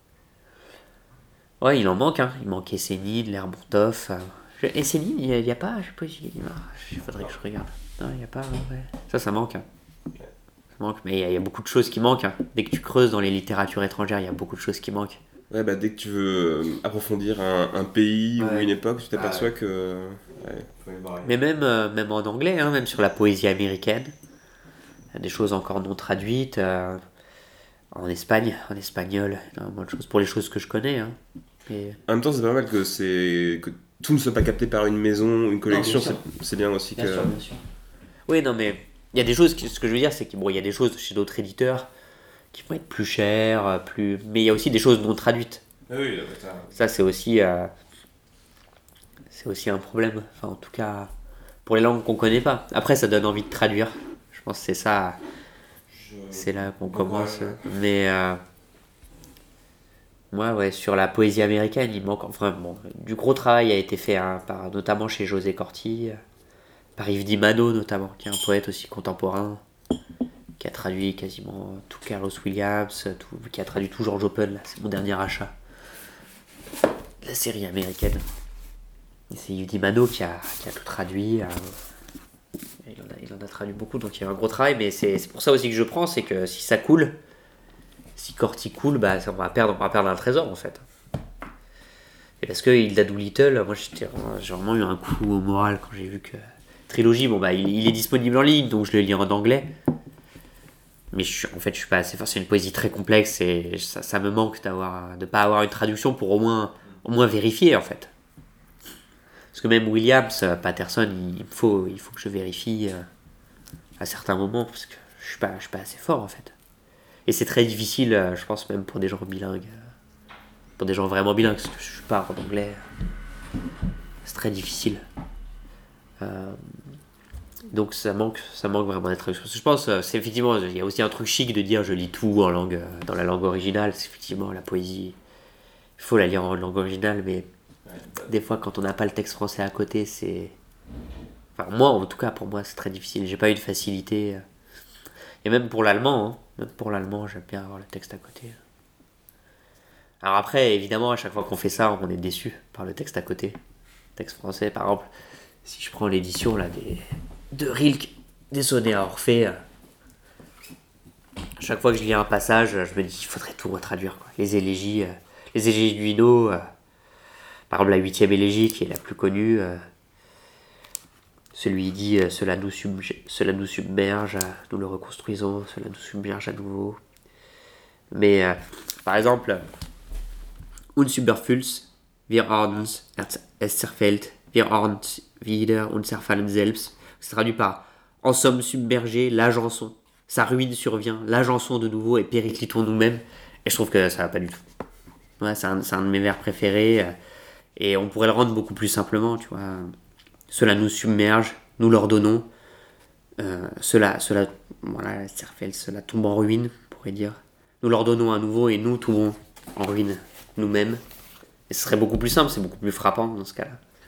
Ouais, il en manque, hein. Il manque Essénine, Lermontov. Euh... Je... Essénine, il n'y a, a pas, je sais pas, il faudrait que je regarde. Non, il n'y a pas, ouais. Ça, ça manque. Hein. Ça manque, mais il y, y a beaucoup de choses qui manquent. Hein. Dès que tu creuses dans les littératures étrangères, il y a beaucoup de choses qui manquent. Ouais, bah dès que tu veux euh, approfondir un, un pays Ouais. ou une époque, tu t'aperçois Ah ouais. que. Ouais, faut les barrer. Mais même, euh, même en anglais, hein, même sur la poésie américaine, il y a des choses encore non traduites. Euh, en Espagne, en espagnol, énormément de choses. Pour les choses que je connais. Hein. Et... En même temps, c'est pas mal que, c'est... que tout ne soit pas capté par une maison, une collection. Non, bien c'est... c'est bien aussi Bien que. sûr, bien sûr. Oui, non, mais il y a des choses, qui, ce que je veux dire, c'est qu'il bon, y a des choses chez d'autres éditeurs qui vont être plus chères, plus... mais il y a aussi des choses non traduites. Ah oui, ça. Ça, c'est aussi, euh, c'est aussi un problème. Enfin, en tout cas, pour les langues qu'on connaît pas. Après, ça donne envie de traduire. Je pense que c'est ça. Je... C'est là qu'on Bon commence. courage. Mais euh, moi, ouais, sur la poésie américaine, il manque. Enfin, bon, du gros travail a été fait, hein, par, notamment chez José Corti, par Yves Di Mano, notamment, qui est un poète aussi contemporain, qui a traduit quasiment tout Carlos Williams, tout, qui a traduit tout George Open. Là, c'est mon dernier achat. La série américaine. Et c'est Yves Di Mano qui a, qui a tout traduit. Euh, il, en a, il en a traduit beaucoup, donc il y a un gros travail, mais c'est, c'est pour ça aussi que je prends, c'est que si ça coule, si Corti coule, bah, on, va perdre, on va perdre un trésor en fait. Et parce que Hilda Doolittle, moi j'étais, j'ai vraiment eu un coup au moral quand j'ai vu que Trilogie, bon bah il, il est disponible en ligne, donc je le lis en anglais. Mais je suis, en fait, je suis pas assez fort. C'est une poésie très complexe et ça, ça me manque d'avoir, de pas avoir une traduction pour au moins, au moins vérifier en fait. Parce que même Williams, Patterson, il, il faut, il faut que je vérifie euh, à certains moments parce que je suis pas, je suis pas assez fort en fait. Et c'est très difficile, euh, je pense même pour des gens bilingues, euh, pour des gens vraiment bilingues, parce que je parle en anglais. C'est très difficile. Euh, Donc ça manque, ça manque vraiment d'être. Je pense, c'est effectivement, il y a aussi un truc chic de dire je lis tout en langue, dans la langue originale. C'est effectivement la poésie. Il faut la lire en langue originale, mais des fois quand on n'a pas le texte français à côté, c'est. Enfin moi, en tout cas pour moi, c'est très difficile. J'ai pas eu de facilité. Et même pour l'allemand, hein, même pour l'allemand, j'aime bien avoir le texte à côté. Alors après, évidemment, à chaque fois qu'on fait ça, on est déçu par le texte à côté. Texte français, par exemple, si je prends l'édition là des de Rilke, des sonnets à Orphée, euh, à chaque fois que je lis un passage, je me dis qu'il faudrait tout retraduire, quoi. Les élégies, euh, les élégies du Hino, euh, par exemple la huitième élégie qui est la plus connue, euh, celui dit euh, cela, nous subge- cela nous submerge, euh, nous le reconstruisons, cela nous submerge à nouveau. Mais euh, par exemple, Unsüberfüllt, wir ordnens, es zerfällt, wir ordnens wieder und zerfallen selbst. C'est traduit par « En somme submergés, l'agençon. Sa ruine survient, l'agençon de nouveau et périclitons nous-mêmes. » Et je trouve que ça va pas du tout. Ouais, c'est un, c'est un de mes vers préférés. Euh, et on pourrait le rendre beaucoup plus simplement, tu vois. Cela nous submerge, nous leur donnons. Euh, cela, cela, voilà, cela tombe en ruine, on pourrait dire. Nous leur donnons à nouveau et nous tombons en ruine nous-mêmes. Et ce serait beaucoup plus simple, c'est beaucoup plus frappant dans ce cas-là.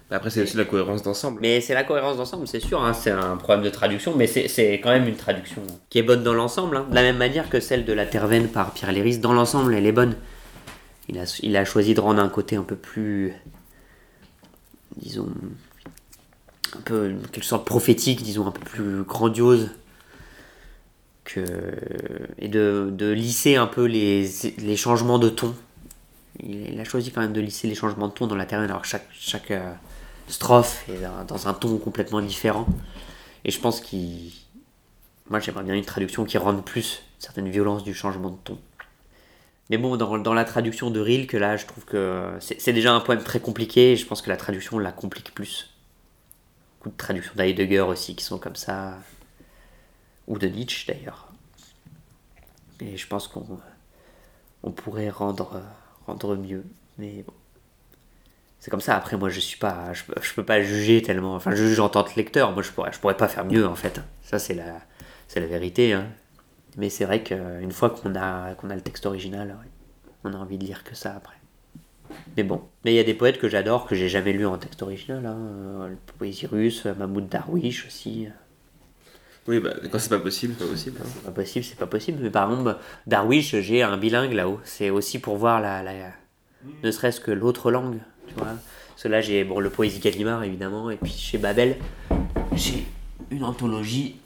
Après, c'est aussi la cohérence d'ensemble. Mais c'est la cohérence d'ensemble, c'est sûr, hein, c'est un problème de traduction, mais c'est, c'est quand même une traduction qui est bonne dans l'ensemble, hein, de la même manière que celle de La Terre-Veine par Pierre Léris, dans l'ensemble, elle est bonne. Il a, il a choisi de rendre un côté un peu plus, disons, un peu, quelque sorte prophétique, disons, un peu plus grandiose, que, et de, de lisser un peu les, les changements de ton. Il, il a choisi quand même de lisser les changements de ton dans La Terre-Veine, alors chaque... chaque euh, strophe et dans un ton complètement différent, et je pense qu'il moi j'aimerais bien une traduction qui rende plus une certaine violence du changement de ton, mais bon dans, dans la traduction de Rilke là je trouve que c'est, c'est déjà un poème très compliqué et je pense que la traduction la complique plus. Beaucoup de traductions d'Heidegger aussi qui sont comme ça, ou de Nietzsche d'ailleurs, et je pense qu'on on pourrait rendre, rendre mieux, mais bon. C'est comme ça, après moi je suis pas, je, je peux pas juger tellement, enfin je juge en tant que lecteur, moi je pourrais, je pourrais pas faire mieux en fait, ça c'est la, c'est la vérité, hein. Mais c'est vrai qu'une fois qu'on a, qu'on a le texte original, ouais, on a envie de lire que ça après. Mais bon, mais il y a des poètes que j'adore, que j'ai jamais lus en texte original, hein. La poésie russe, Mahmoud Darwish aussi. Oui, bah quand c'est pas possible, c'est pas possible. Hein. C'est pas possible, c'est pas possible, mais par exemple, Darwish, j'ai un bilingue là-haut, c'est aussi pour voir la, la, ne serait-ce que l'autre langue. Tu vois, parce que là j'ai bon, le Poésie Gallimard évidemment, et puis chez Babel j'ai une anthologie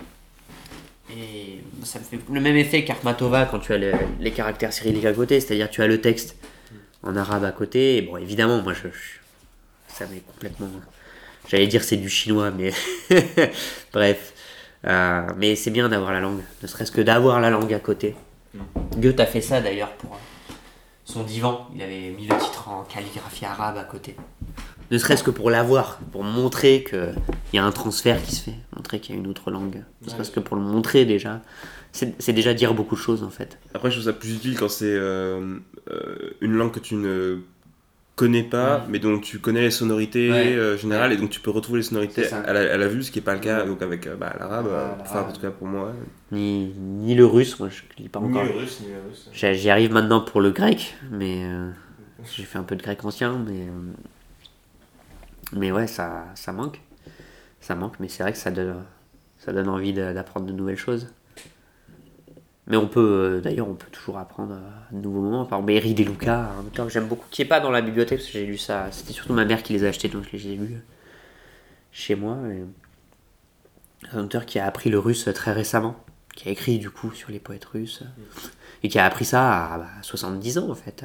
et ça me fait le même effet qu'Akhmatova quand tu as les, les caractères cyrilliques à côté, c'est-à-dire tu as le texte en arabe à côté, et bon évidemment moi je, je ça m'est complètement, j'allais dire c'est du chinois mais bref, euh, mais c'est bien d'avoir la langue, ne serait-ce que d'avoir la langue à côté. Goethe a fait ça d'ailleurs pour son divan, il avait mis le titre en calligraphie arabe à côté. Ne serait-ce que pour l'avoir, pour montrer qu'il y a un transfert qui se fait, montrer qu'il y a une autre langue. Ne serait-ce que pour le montrer déjà. C'est, c'est déjà dire beaucoup de choses en fait. Après, je trouve ça plus utile quand c'est euh, euh, une langue que tu ne connais pas, ouais. mais dont tu connais les sonorités ouais. euh, générales, ouais. et donc tu peux retrouver les sonorités à la, à la vue, ce qui n'est pas le cas ouais. donc avec bah, l'arabe, euh, enfin en tout cas pour moi. Ni, ni le russe, moi je ne lis pas encore. Ni le russe, ni le russe. J'y, j'y arrive maintenant pour le grec, mais euh, j'ai fait un peu de grec ancien, mais, euh, mais ouais, ça, ça manque. Ça manque, mais c'est vrai que ça donne, ça donne envie de, d'apprendre de nouvelles choses. Mais on peut, euh, d'ailleurs, on peut toujours apprendre à de nouveaux moments. Par exemple, Eri De Luca, un auteur que j'aime beaucoup, qui n'est pas dans la bibliothèque, parce que j'ai lu ça. C'était surtout ma mère qui les a achetés, donc je les ai lus chez moi. Et un auteur qui a appris le russe très récemment, qui a écrit du coup sur les poètes russes, et qui a appris ça à bah, soixante-dix ans en fait.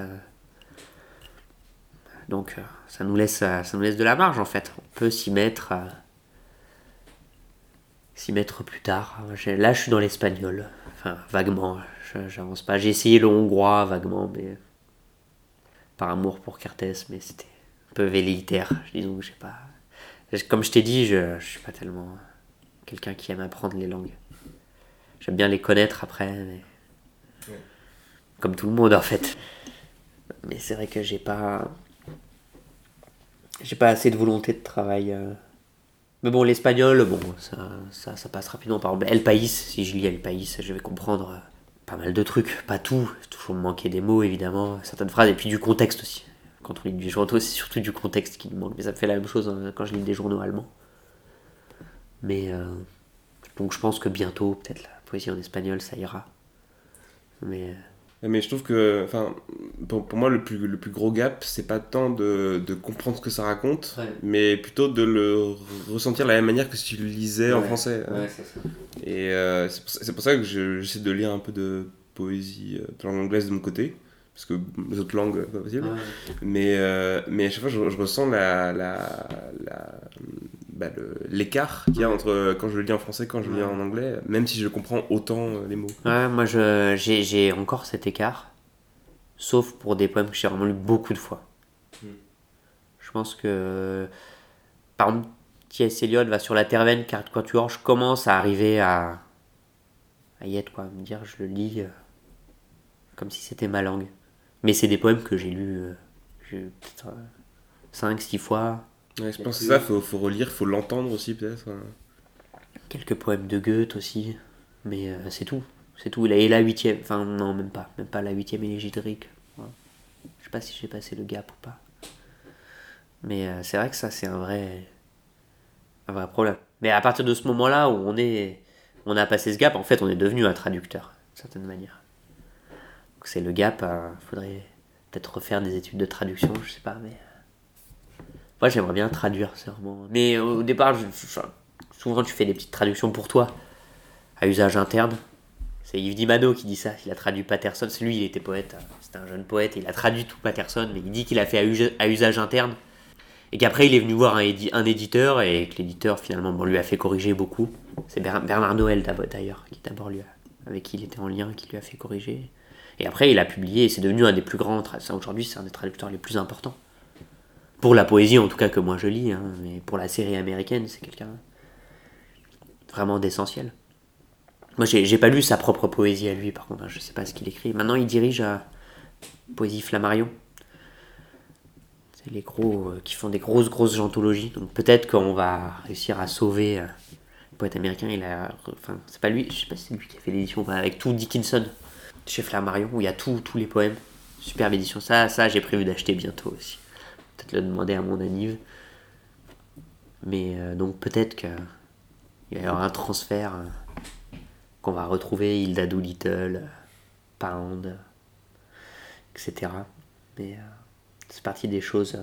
Donc ça nous laisse, ça nous laisse de la marge en fait. On peut s'y mettre, euh, s'y mettre plus tard. Là, je suis dans l'espagnol. Enfin, vaguement, je, j'avance pas. J'ai essayé le hongrois vaguement, mais par amour pour Kertész, mais c'était un peu velléitaire. Disons que j'ai pas. Comme je t'ai dit, je, je suis pas tellement quelqu'un qui aime apprendre les langues. J'aime bien les connaître après, mais ouais. Comme tout le monde en fait. Mais c'est vrai que j'ai pas, j'ai pas assez de volonté de travail. Euh... Mais bon, l'espagnol, bon, ça, ça, ça passe rapidement. Par exemple, El País, si je lis El País, je vais comprendre pas mal de trucs, pas tout. Toujours me manquer des mots, évidemment, certaines phrases, et puis du contexte aussi. Quand on lit des journaux, c'est surtout du contexte qui me manque. Mais ça me fait la même chose hein, quand je lis des journaux allemands. Mais euh, donc je pense que bientôt, peut-être la poésie en espagnol, ça ira. Mais Mais je trouve que, enfin, pour, pour moi, le plus, le plus gros gap, c'est pas tant de, de comprendre ce que ça raconte, ouais. mais plutôt de le ressentir de la même manière que si tu le lisais ouais. en français. Ouais, c'est ça. Et euh, c'est, pour, c'est pour ça que je, j'essaie de lire un peu de poésie de langue anglaise de mon côté, parce que les autres langues, pas possible. Ouais. Mais, euh, mais à chaque fois, je, je ressens la, la, la, bah, le, l'écart qu'il y a entre quand je le lis en français et quand je le lis en anglais, même si je comprends autant les mots. Ouais, moi je, j'ai, j'ai encore cet écart, sauf pour des poèmes que j'ai vraiment lu beaucoup de fois. Mm. Je pense que, par exemple, T S. Eliot va sur La Terre-Veine, Carte Quatuor, je commence à arriver à, à y être, quoi, à me dire, je le lis euh, comme si c'était ma langue. Mais c'est des poèmes que j'ai lus euh, peut-être euh, cinq six fois. Ouais, je pense que c'est ça, il faut, faut relire, il faut l'entendre aussi peut-être. Quelques poèmes de Goethe aussi, mais euh, c'est tout. C'est tout. Et la huitième, enfin non, même pas, même pas la huitième élégie de Rilke. Ouais. Je sais pas si j'ai passé le gap ou pas. Mais euh, c'est vrai que ça, c'est un vrai, un vrai problème. Mais à partir de ce moment-là où on est, on a passé ce gap, en fait, on est devenu un traducteur, d'une certaine manière. Donc c'est le gap, il euh, faudrait peut-être refaire des études de traduction, je sais pas, mais... Moi, j'aimerais bien traduire, c'est vraiment... Mais euh, au départ, je, je, souvent, tu fais des petites traductions pour toi, à usage interne. C'est Yves Dimano qui dit ça, il a traduit Patterson. C'est lui, il était poète, c'était un jeune poète, il a traduit tout Patterson, mais il dit qu'il a fait à, us- à usage interne. Et qu'après, il est venu voir un, édi- un éditeur, et que l'éditeur, finalement, bon, lui a fait corriger beaucoup. C'est Ber- Bernard Noël, d'ailleurs, qui d'abord lui a, avec qui il était en lien, qui lui a fait corriger. Et après, il a publié, et c'est devenu un des plus grands traducteurs. Aujourd'hui, c'est un des traducteurs les plus importants. Pour la poésie, en tout cas, que moi je lis, hein, mais pour la série américaine, c'est quelqu'un vraiment d'essentiel. Moi, j'ai, j'ai pas lu sa propre poésie à lui, par contre, hein, je sais pas ce qu'il écrit. Maintenant, il dirige à Poésie Flammarion. C'est les gros euh, qui font des grosses, grosses anthologies. Donc peut-être qu'on va réussir à sauver euh, le poète américain. Il a, enfin, c'est pas lui, je sais pas si c'est lui qui a fait l'édition, enfin, avec tout Dickinson, chez Flammarion, où il y a tout, tous les poèmes. Superbe édition. Ça, ça, j'ai prévu d'acheter bientôt aussi. Peut-être le demander à mon anniv. Mais euh, donc peut-être qu'il va y avoir un transfert, euh, qu'on va retrouver Hilda Doolittle, euh, Pound, euh, et cetera. Mais euh, c'est partie des choses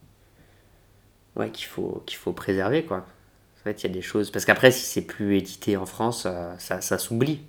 euh, ouais, qu'il faut, qu'il faut préserver, quoi. En fait, il y a des choses... Parce qu'après, si c'est plus édité en France, euh, ça, ça s'oublie.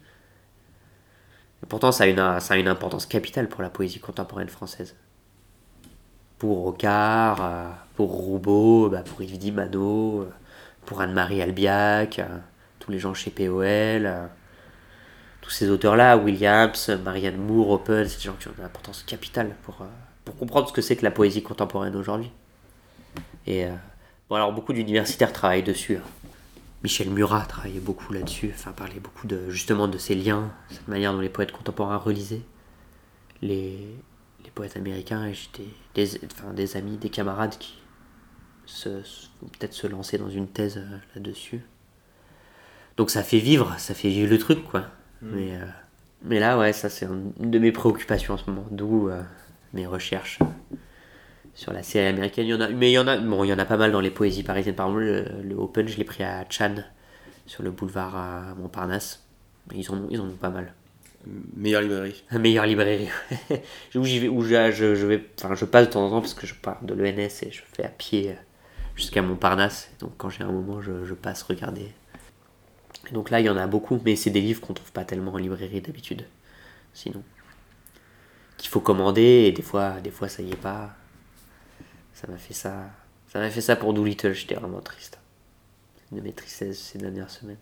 Et pourtant, ça a, une, ça a une importance capitale pour la poésie contemporaine française. Pour Rocard, euh, pour Roubaud, bah pour Yves Dimano, euh, pour Anne-Marie Albiac, euh, tous les gens chez P O L, euh, tous ces auteurs-là, Williams, Marianne Moore, Oppen, c'est des gens qui ont une importance capitale pour, euh, pour comprendre ce que c'est que la poésie contemporaine aujourd'hui. Et euh, bon, alors beaucoup d'universitaires travaillent dessus. Hein. Michel Murat travaillait beaucoup là-dessus, enfin parlait beaucoup de, justement de ces liens, cette manière dont les poètes contemporains relisaient les... les poètes américains, et j'étais des, enfin, des amis, des camarades qui se, se, vont peut-être se lancer dans une thèse euh, là-dessus. Donc ça fait vivre, ça fait vivre le truc, quoi. Mmh. Mais, euh, mais là, ouais, ça c'est une de mes préoccupations en ce moment, d'où euh, mes recherches sur la série américaine. Il y en a, mais il y en a, bon, il y en a pas mal dans les poésies parisiennes. Par exemple, le, le Open, je l'ai pris à Chan, sur le boulevard à Montparnasse. Ils en ont, ils en ont pas mal. Meilleure librairie. Meilleure librairie. où j'y vais, où je, je, je vais, enfin je passe de temps en temps parce que je pars de l'E N S et je fais à pied jusqu'à Montparnasse. Donc quand j'ai un moment, je, je passe regarder. Et donc là, il y en a beaucoup, mais c'est des livres qu'on trouve pas tellement en librairie d'habitude. Sinon, qu'il faut commander et des fois, des fois ça y est pas. Ça m'a fait ça. Ça m'a fait ça pour Doolittle. J'étais vraiment triste. C'est une de mes tristesses ces dernières semaines.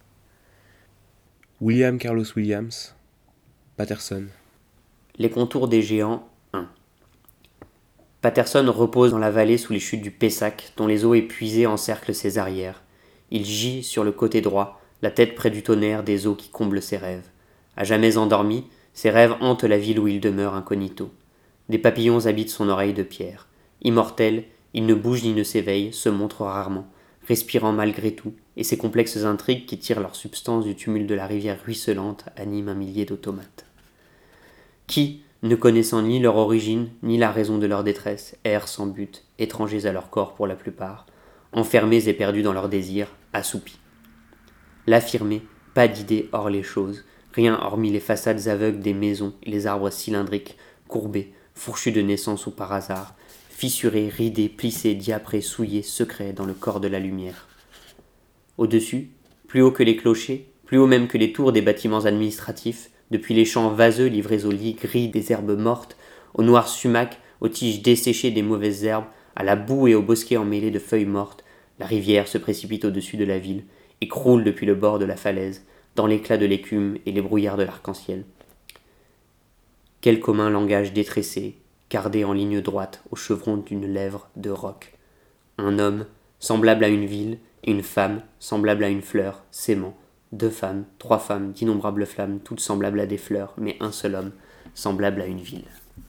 William Carlos Williams. Patterson. Les contours des géants, un. Patterson repose dans la vallée sous les chutes du Pessac, dont les eaux épuisées encerclent ses arrières. Il gît sur le côté droit, la tête près du tonnerre des eaux qui comblent ses rêves. À jamais endormi, ses rêves hantent la ville où il demeure incognito. Des papillons habitent son oreille de pierre. Immortel, il ne bouge ni ne s'éveille, se montre rarement, respirant malgré tout, et ses complexes intrigues qui tirent leur substance du tumulte de la rivière ruisselante animent un millier d'automates. Qui, ne connaissant ni leur origine, ni la raison de leur détresse, errent sans but, étrangers à leur corps pour la plupart, enfermés et perdus dans leurs désirs, assoupis. L'affirmer, pas d'idée hors les choses, rien hormis les façades aveugles des maisons et les arbres cylindriques, courbés, fourchus de naissance ou par hasard, fissurés, ridés, plissés, diaprés, souillés, secrets dans le corps de la lumière. Au-dessus, plus haut que les clochers, plus haut même que les tours des bâtiments administratifs, depuis les champs vaseux livrés aux lits gris des herbes mortes, aux noirs sumacs, aux tiges desséchées des mauvaises herbes, à la boue et aux bosquets emmêlés de feuilles mortes, la rivière se précipite au-dessus de la ville et croule depuis le bord de la falaise, dans l'éclat de l'écume et les brouillards de l'arc-en-ciel. Quel commun langage détressé, cardé en ligne droite au chevron d'une lèvre de roc. Un homme, semblable à une ville, et une femme, semblable à une fleur, s'aimant. Deux femmes, trois femmes, d'innombrables flammes, toutes semblables à des fleurs, mais un seul homme, semblable à une ville.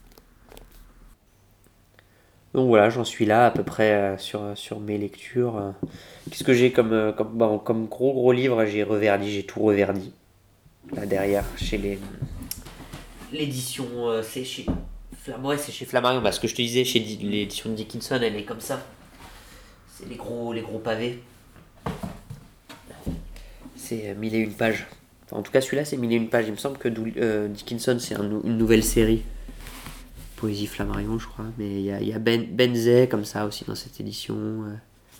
Donc voilà, j'en suis là à peu près euh, sur, sur mes lectures. Euh, qu'est-ce que j'ai comme, euh, comme, bon, comme gros gros livre? J'ai reverdi, j'ai tout reverdi. Là derrière, chez les... l'édition, euh, c'est chez Flam- ouais, c'est chez Flammarion, parce que je te disais, chez Di- l'édition de Dickinson, elle est comme ça. C'est les gros, les gros pavés. C'est euh, mille et une pages. Enfin, en tout cas, celui-là, c'est mille et une pages. Il me semble que Dou- euh, Dickinson, c'est un nou- une nouvelle série. Poésie Flammarion, je crois. Mais il y a, il y a Ben, Benzet, comme ça, aussi, dans cette édition. euh,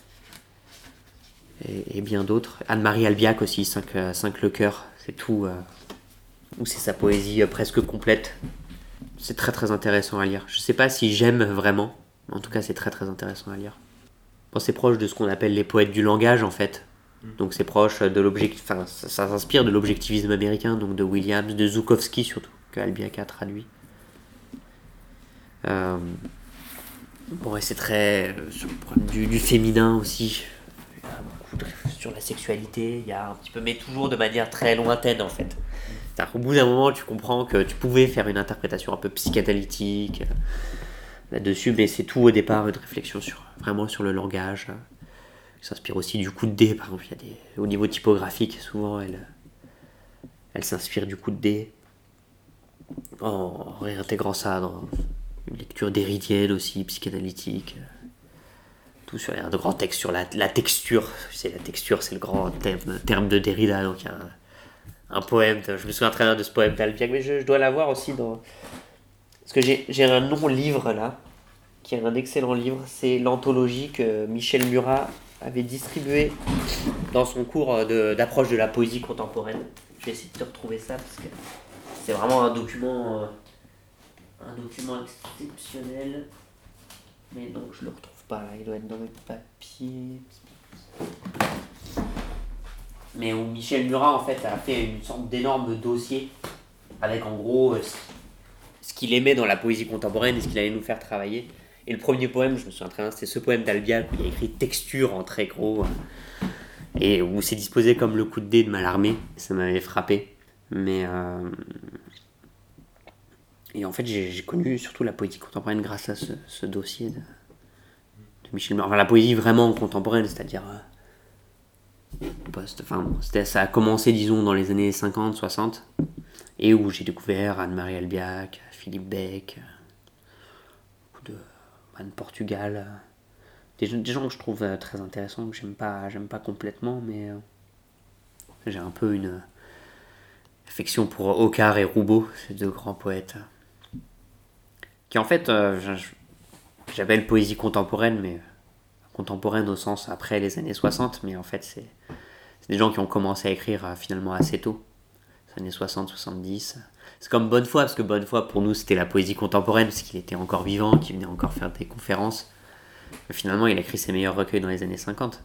et, et bien d'autres. Anne-Marie Albiac aussi, cinq Le Cœur. C'est tout. Euh, où c'est sa poésie euh, presque complète. C'est très très intéressant à lire. Je sais pas si j'aime vraiment, mais en tout cas c'est très très intéressant à lire. Bon, c'est proche de ce qu'on appelle les poètes du langage en fait. Donc c'est proche de l'objectif, enfin ça, ça s'inspire de l'objectivisme américain, donc de Williams, de Zukowski surtout, que Albiac a traduit. Euh... Bon, et c'est très euh, sur le problème du, du féminin aussi. Il y a beaucoup de réflexions sur la sexualité, il y a un petit peu, mais toujours de manière très lointaine en fait. C'est-à-dire qu'au bout d'un moment, tu comprends que tu pouvais faire une interprétation un peu psychanalytique euh, là-dessus, mais c'est tout au départ une réflexion sur, vraiment sur le langage. Euh, qui s'inspire aussi du coup de dé, par exemple. Il y a des, au niveau typographique, souvent, elle, elle s'inspire du coup de dé en réintégrant ça dans une lecture déridienne aussi, psychanalytique. Euh, tout sur de grands textes sur la, la texture. C'est la texture, c'est le grand terme, terme de Derrida, donc il y a un un poème, je me souviens très bien de ce poème d'Albiac, mais je, je dois l'avoir aussi dans... Parce que j'ai, j'ai un non-livre là, qui est un excellent livre, c'est l'anthologie que Michel Murat avait distribuée dans son cours de, d'approche de la poésie contemporaine. Je vais essayer de te retrouver ça, parce que c'est vraiment un document, un document exceptionnel. Mais non, je le retrouve pas là, il doit être dans mes papiers... Mais où Michel Murat en fait a fait une sorte d'énorme dossier avec en gros euh, ce qu'il aimait dans la poésie contemporaine et ce qu'il allait nous faire travailler. Et le premier poème, je me souviens très bien, c'était ce poème d'Albiac où il y a écrit texture en très gros et où c'est disposé comme le coup de dé de Mallarmé. Ça m'avait frappé. Mais euh... et en fait j'ai, j'ai connu surtout la poésie contemporaine grâce à ce, ce dossier de, de Michel Murat. Enfin la poésie vraiment contemporaine, c'est-à-dire euh... Post, enfin, c'était, ça a commencé disons dans les années cinquante soixante et où j'ai découvert Anne-Marie Albiac, Philippe Beck, beaucoup de Anne Portugal, des, des gens que je trouve très intéressants, que j'aime pas, j'aime pas complètement, mais euh, j'ai un peu une affection pour Ocar et Roubaud, ces deux grands poètes qui en fait euh, j'appelle poésie contemporaine, mais contemporaine au sens après les années soixante, mais en fait c'est, c'est des gens qui ont commencé à écrire euh, finalement assez tôt, les années soixante soixante-dix. C'est comme Bonnefoy, parce que Bonnefoy pour nous c'était la poésie contemporaine, parce qu'il était encore vivant, qu'il venait encore faire des conférences. Mais finalement il a écrit ses meilleurs recueils dans les années cinquante.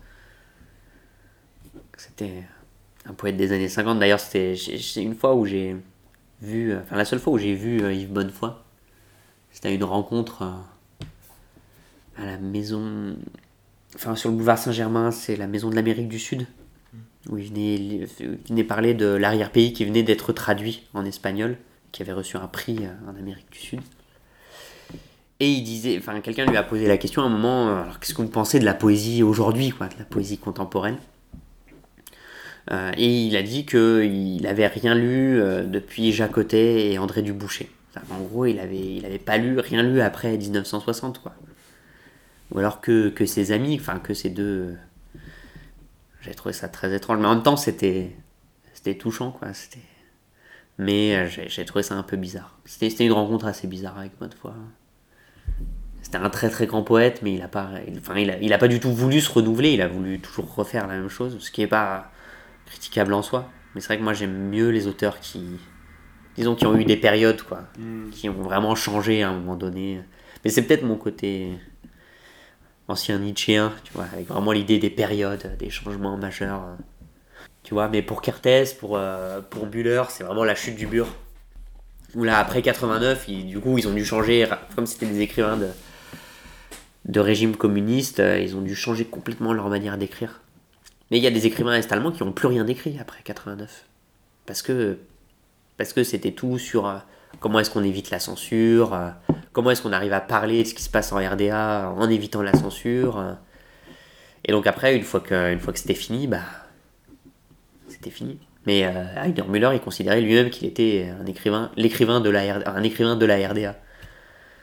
C'était un poète des années cinquante, d'ailleurs c'était c'est une fois où j'ai vu, enfin la seule fois où j'ai vu euh, Yves Bonnefoy, c'était à une rencontre euh, à la maison... Enfin, sur le boulevard Saint-Germain, c'est la Maison de l'Amérique du Sud, où il venait, il venait parler de l'arrière-pays qui venait d'être traduit en espagnol, qui avait reçu un prix en Amérique du Sud. Et il disait, enfin, quelqu'un lui a posé la question à un moment, alors qu'est-ce que vous pensez de la poésie aujourd'hui, quoi, de la poésie contemporaine ? euh, Et il a dit qu'il n'avait rien lu euh, depuis Jacques Ottet et André Dubouché. Enfin, en gros, il avait, il avait pas lu, rien lu après dix-neuf cent soixante, quoi. Ou alors que, que ses amis, enfin que ces deux... J'ai trouvé ça très étrange, mais en même temps c'était, c'était touchant, quoi. C'était... Mais j'ai, j'ai trouvé ça un peu bizarre. C'était, c'était une rencontre assez bizarre avec Bonnefoy. C'était un très très grand poète, mais il a pas, il, enfin, il a, il a pas du tout voulu se renouveler, il a voulu toujours refaire la même chose, ce qui est pas critiquable en soi. Mais c'est vrai que moi j'aime mieux les auteurs qui, disons, qui ont eu des périodes, quoi, mm. qui ont vraiment changé à un moment donné. Mais c'est peut-être mon côté... ancien Nietzschéen, tu vois, avec vraiment l'idée des périodes, des changements majeurs. Tu vois, mais pour Kertész, pour, euh, pour Bühler, c'est vraiment la chute du mur. Où là, après quatre-vingt-neuf, ils, du coup, ils ont dû changer, comme c'était des écrivains de, de régime communiste, ils ont dû changer complètement leur manière d'écrire. Mais il y a des écrivains est-allemands qui n'ont plus rien d'écrit après quatre-vingt-neuf. Parce que, parce que c'était tout sur euh, comment est-ce qu'on évite la censure, euh, comment est-ce qu'on arrive à parler de ce qui se passe en R D A en évitant la censure. Euh. Et donc après, une fois que, une fois que c'était fini, bah, c'était fini. Mais euh, Heiner Müller, il considérait lui-même qu'il était un écrivain, l'écrivain de la, un écrivain de la R D A.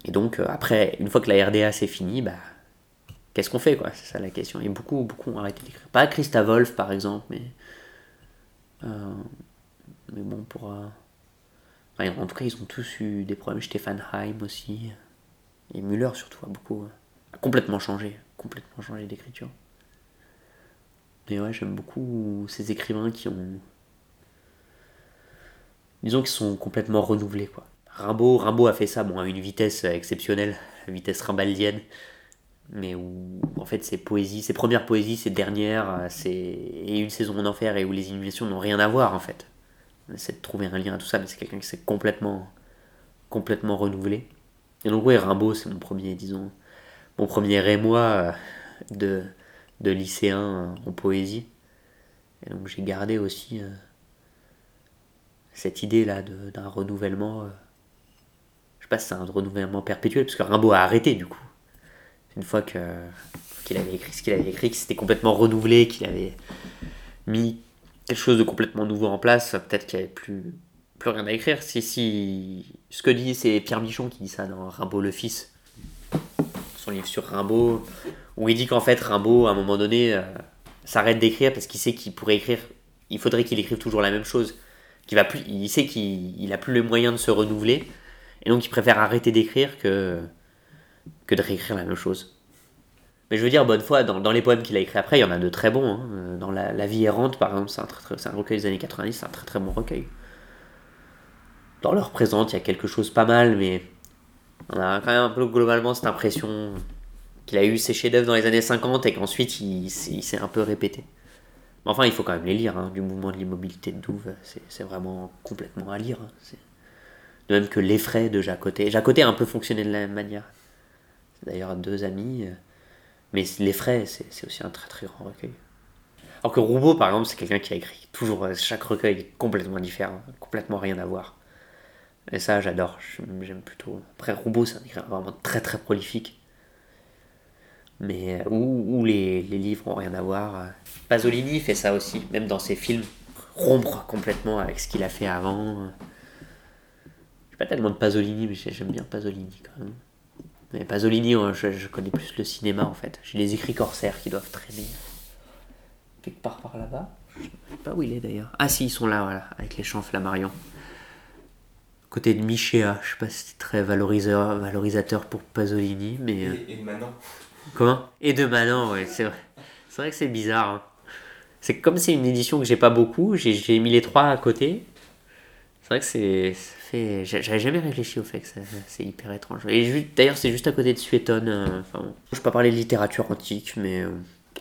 Et donc, euh, après, une fois que la R D A c'est fini, bah, qu'est-ce qu'on fait, quoi? C'est ça la question. Et beaucoup, beaucoup ont arrêté d'écrire. Pas Christa Wolf, par exemple, mais... Euh, mais bon, pour... Euh... Enfin, en tout cas, ils ont tous eu des problèmes. Stefan Heim aussi. Et Müller, surtout, a beaucoup... Euh, a complètement changé. Complètement changé d'écriture. Mais ouais, j'aime beaucoup ces écrivains qui ont... Disons qu'ils sont complètement renouvelés, quoi. Rimbaud, Rimbaud a fait ça, bon, à une vitesse exceptionnelle, la vitesse rimbaldienne, mais où, en fait, ses poésies, ses premières poésies, ses dernières, c'est... et Une saison en enfer, et où les inhumations n'ont rien à voir, en fait. On essaie de trouver un lien à tout ça, mais c'est quelqu'un qui s'est complètement, complètement renouvelé. Et donc, oui, Rimbaud, c'est mon premier, disons, mon premier émoi de, de lycéen en poésie. Et donc, j'ai gardé aussi euh, cette idée-là de, d'un renouvellement... Euh, je sais pas si c'est un renouvellement perpétuel, parce que Rimbaud a arrêté, du coup. Une fois que, qu'il avait écrit ce qu'il avait écrit, que c'était complètement renouvelé, qu'il avait mis quelque chose de complètement nouveau en place, peut-être qu'il n'y avait plus, plus rien à écrire. Si, si, ce que dit, c'est Pierre Michon qui dit ça dans Rimbaud le Fils, son livre sur Rimbaud, où il dit qu'en fait, Rimbaud, à un moment donné, euh, s'arrête d'écrire parce qu'il sait qu'il pourrait écrire, il faudrait qu'il écrive toujours la même chose. Qu'il va plus, il sait qu'il n'a plus les moyens de se renouveler, et donc il préfère arrêter d'écrire que, que de réécrire la même chose. Mais je veux dire, bonne foi, dans, dans les poèmes qu'il a écrits après, il y en a de très bons. Hein. Dans la, la vie errante, par exemple, c'est un, très, très, c'est un recueil des années quatre-vingt-dix, c'est un très très bon recueil. Dans l'heure présente, il y a quelque chose pas mal, mais on a quand même un peu globalement cette impression qu'il a eu ses chefs-d'œuvre dans les années cinquante et qu'ensuite il, il s'est un peu répété. Mais enfin, il faut quand même les lire, hein. Du mouvement de l'immobilité de Douve, c'est, c'est vraiment complètement à lire. Hein. C'est... De même que L'Effray de Jacotet. Jacotet a un peu fonctionné de la même manière. C'est d'ailleurs deux amis, mais L'Effray, c'est, c'est aussi un très très grand recueil. Alors que Roubaud, par exemple, c'est quelqu'un qui a écrit toujours chaque recueil est complètement différent, complètement rien à voir. Et ça, j'adore, j'aime plutôt. Après, Roubaud, c'est un écrivain vraiment très très prolifique. Mais où, où les, les livres ont rien à voir. Pasolini fait ça aussi, même dans ses films, rompre complètement avec ce qu'il a fait avant. Je suis pas tellement de Pasolini, mais j'aime bien Pasolini quand même. Mais Pasolini, je, je connais plus le cinéma en fait. J'ai les écrits corsaires qui doivent traîner quelque part par là-bas. Je sais pas où il est d'ailleurs. Ah si, ils sont là, voilà, avec les champs Flammarion. Côté de Michéa, je sais pas si c'est très valoriseur, valorisateur pour Pasolini, mais... Et, et de Manon. Comment ? Et de Manon, ouais, c'est vrai. C'est vrai que c'est bizarre. Hein. C'est comme c'est une édition que j'ai pas beaucoup, j'ai, j'ai mis les trois à côté. C'est vrai que c'est... Ça fait... J'avais jamais réfléchi au fait que ça, c'est hyper étrange. Et juste, d'ailleurs, c'est juste à côté de Suétone. Euh, enfin, bon. Je peux pas parler de littérature antique, mais... Euh...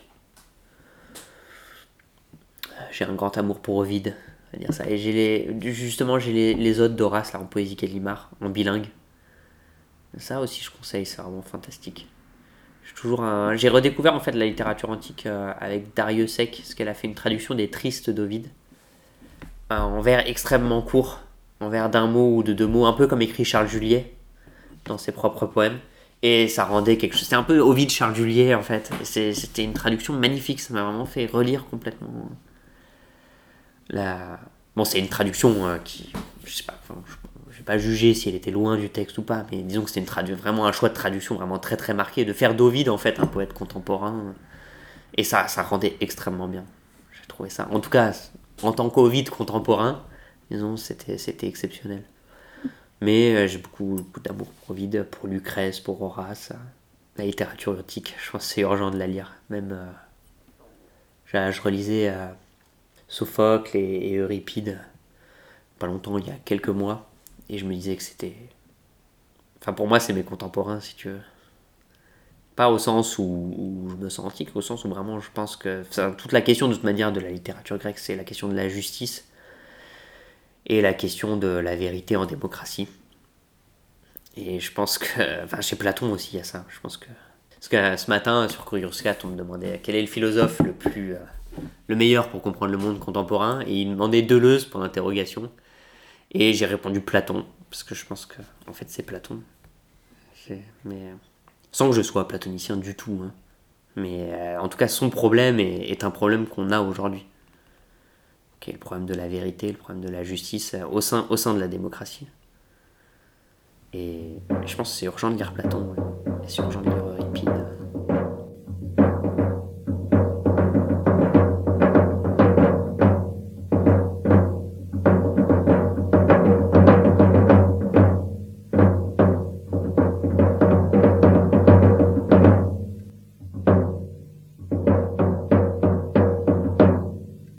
J'ai un grand amour pour Ovide. À dire ça. Et j'ai les, justement, j'ai les, les odes d'Horace là, en poésie Gallimard, en bilingue. Ça aussi, je conseille, c'est vraiment fantastique. J'ai, toujours un... j'ai redécouvert en fait la littérature antique euh, avec Dariussec, parce qu'elle a fait une traduction des Tristes d'Ovide, euh, en vers extrêmement court, en vers d'un mot ou de deux mots, un peu comme écrit Charles Juliet dans ses propres poèmes. Et ça rendait quelque chose. C'était un peu Ovide Charles Juliet en fait. Et c'est, c'était une traduction magnifique, ça m'a vraiment fait relire complètement. La... Bon, c'est une traduction euh, qui, je sais pas, enfin, je, je vais pas juger si elle était loin du texte ou pas, mais disons que c'était une tradu- vraiment un choix de traduction vraiment très très marqué, de faire d'Ovide en fait un poète contemporain, et ça, ça rendait extrêmement bien. J'ai trouvé ça, en tout cas, en tant qu'Ovide contemporain, disons, c'était, c'était exceptionnel. Mais euh, j'ai beaucoup, beaucoup d'amour pour Ovide, pour Lucrèce, pour Horace, la littérature antique, je pense que c'est urgent de la lire, même, euh, je, je relisais... Euh, Sophocle et, et Euripide, pas longtemps, il y a quelques mois, et je me disais que c'était... Enfin, pour moi, c'est mes contemporains, si tu veux. Pas au sens où, où je me sens antique, au sens où vraiment, je pense que... Enfin, toute la question, de toute manière, de la littérature grecque, c'est la question de la justice et la question de la vérité en démocratie. Et je pense que... Enfin, chez Platon aussi, il y a ça. Je pense que... Parce que ce matin, sur Curious Cat, on me demandait quel est le philosophe le plus... Euh, le meilleur pour comprendre le monde contemporain, et il demandait Deleuze pour l'interrogation, et j'ai répondu Platon, parce que je pense que en fait c'est Platon, c'est... mais sans que je sois platonicien du tout, hein. Mais euh, en tout cas son problème est, est un problème qu'on a aujourd'hui, qui est le problème de la vérité, le problème de la justice euh, au sein, au sein de la démocratie. Et je pense que c'est urgent de lire Platon. Ouais. Et c'est urgent de lire